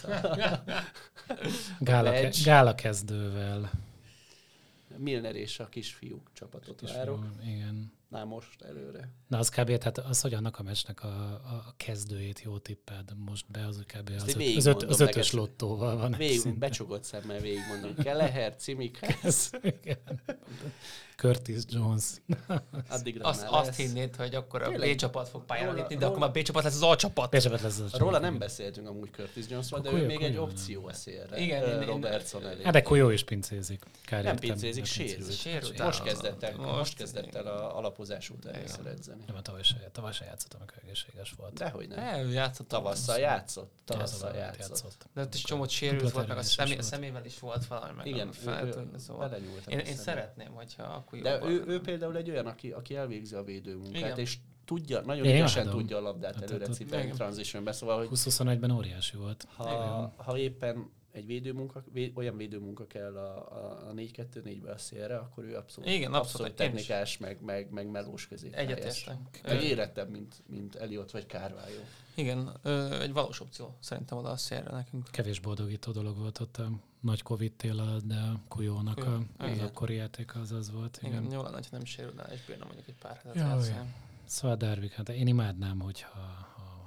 Speaker 1: Gála kezdővel.
Speaker 3: Milner és a kisfiúk csapatot várok.
Speaker 1: Igen.
Speaker 3: Na most előre.
Speaker 1: Na az kb. Tehát az, hogy annak a meccsnek a kezdőjét jó tipped most be, az kb. Az 5-ös lottóval van.
Speaker 3: Becsukott szemmel végigmondom. Kelleher, Cimikhez.
Speaker 1: Curtis Jones.
Speaker 2: Azt hinnéd, hogy akkor a B csapat fog pályára lépni, de akkor már B csapat lesz az A csapat.
Speaker 3: Róla nem beszéltünk amúgy Curtis Jonesról, de ő még egy opció a szélre.
Speaker 2: Igen,
Speaker 3: Robertson elé.
Speaker 1: Hát akkor jó is pincézik.
Speaker 3: Nem pincézik, sérült. Most kezdett el alapozás óta először edzeni.
Speaker 1: Nem, tavaly se játszottam, amikor egészséges volt.
Speaker 3: Dehogy nem.
Speaker 2: Eljátszott.
Speaker 3: Tavasszal játszott.
Speaker 2: De ott is csomót sérült volt, meg a
Speaker 1: Dupla
Speaker 2: szemével is volt valami, meg
Speaker 3: Igen,
Speaker 2: a feltűnő, szóval. Én szeretném, hogyha akkor
Speaker 3: de ő például egy olyan, aki elvégzi a védőmunkát,
Speaker 2: igen.
Speaker 3: és tudja, nagyon ügyesen tudja a labdát előre cipelni transitionbe, szóval, hogy
Speaker 1: 20-21-ben óriási volt.
Speaker 3: ha éppen egy olyan védőmunka kell a 4-2-4-be a szélre, akkor ő abszolút technikás, meg melós középpályás.
Speaker 2: Egyetértek.
Speaker 3: Meg érettebb, mint Elliot vagy Carvalho.
Speaker 2: Igen, egy valós opció szerintem oda a szélre nekünk.
Speaker 1: Kevés boldogító dolog volt ott a nagy Covid tél alatt, de a Kujónak az akkori játéka az volt.
Speaker 2: Igen, jó lenne, hogyha nem sérülne, és bírna mondjuk egy pár hetet játszani.
Speaker 1: Szóval Darvik, hát én imádnám, hogyha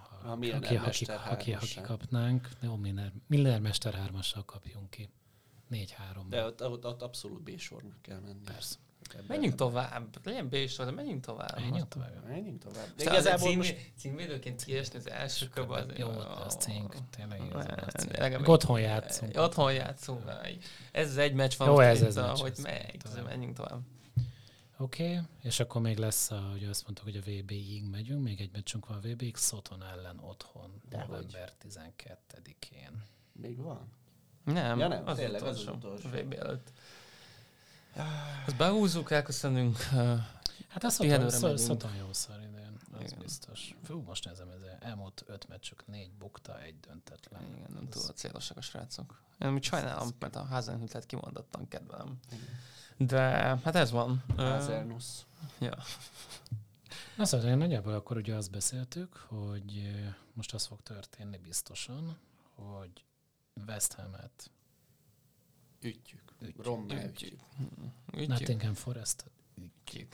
Speaker 1: ha kapnánk, jó, Milner Mester 3-assal kapjunk ki. 4-3.
Speaker 3: De ott abszolút B-sornak kell menni.
Speaker 1: Persze.
Speaker 2: Menjünk tovább. Legyen B-sor, de menjünk tovább.
Speaker 3: Menjünk tovább.
Speaker 2: De igazából címvédőként kiesni az első körben.
Speaker 1: Jó, az cink. Tényleg
Speaker 2: igazán.
Speaker 1: Otthon játszunk.
Speaker 2: Otthon játszunk. Ez egy meccs van.
Speaker 1: Jó, ez
Speaker 2: hogy menjünk tovább.
Speaker 1: Oké, és akkor még lesz, hogy azt mondtuk, hogy a VB-ig megyünk, még egy meccsünk van a VB-ig, Soton ellen otthon, november 12-én.
Speaker 3: Még van?
Speaker 2: Nem,
Speaker 3: az tényleg, az utolsó.
Speaker 2: VB előtt. Azt behúzzuk, elköszönünk.
Speaker 1: Hát a Soton jó szar idén, az biztos. Fú, most nézem, elmúlt 5 meccsük, 4 bukta, 1 döntetlen.
Speaker 2: Igen, nem túl célosak a srácok. Én úgy sajnálom, mert a Hasenhüttlet kimondottan kedvelem. De hát ez van.
Speaker 3: Hazelnusz.
Speaker 2: Ja.
Speaker 1: Azt mondom, nagyjából akkor ugye azt beszéltük, hogy most az fog történni biztosan, hogy West Ham-et
Speaker 3: ütjük. Rommá ütjük.
Speaker 1: Nottingham Forest-et
Speaker 2: ütjük.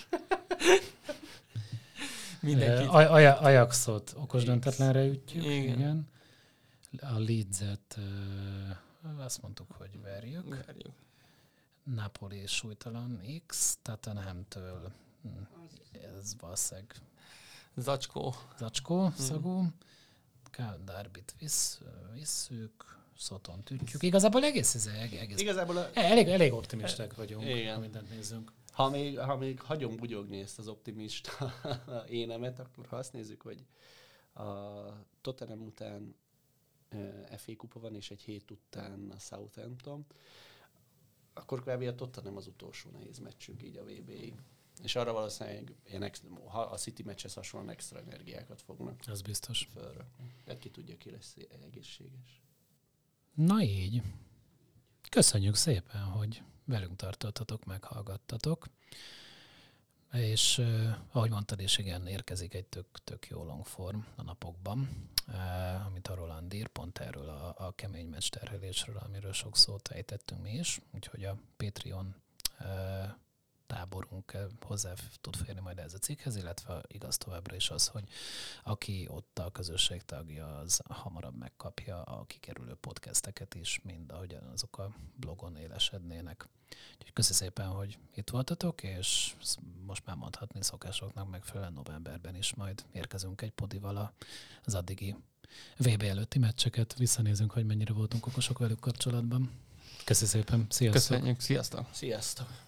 Speaker 1: Mindenkit. Ajaxot okos döntetlenre ütjük. Igen. A Leeds-et azt mondtuk, hogy verjük. Napoli súlytalan X, Tottenham-től ez valószínűleg Zacskó szagú. Derbyt visszük, Sotont ütjük. Igazából egész elég optimisták vagyunk, ha mindent nézzünk.
Speaker 3: Ha még hagyom bugyogni ezt az optimista énemet, akkor ha azt nézzük, hogy a Tottenham után FA kupa van, és egy hét után a Southampton, akkor kb. A Tottenham az utolsó nehéz meccsünk így a VB-ig. És arra valószínűleg a City meccshez hasonlóan extra energiákat fognak.
Speaker 1: Ez biztos.
Speaker 3: Fölrakni. De ki tudja, ki lesz egészséges.
Speaker 1: Na így. Köszönjük szépen, hogy velünk tartottatok, meghallgattatok. És ahogy mondtad, és igen, érkezik egy tök jó longform a napokban, amit a Roland ír, pont erről a kemény meccs terhelésről, amiről sok szót ejtettünk mi is, úgyhogy a Patreon táborunk hozzá tud férni majd ez a cikkhez, illetve igaz továbbra is az, hogy aki ott a közösség tagja, az hamarabb megkapja a kikerülő podcasteket is, mind ahogyan azok a blogon élesednének. Úgyhogy köszi szépen, hogy itt voltatok, és most már mondhatni szokásoknak megfelelően novemberben is majd érkezünk egy podival az addigi VB előtti meccseket. Visszanézünk, hogy mennyire voltunk okosok velük kapcsolatban. Köszi szépen, sziasztok!
Speaker 2: Köszönjük, sziasztok!
Speaker 3: Sziasztok!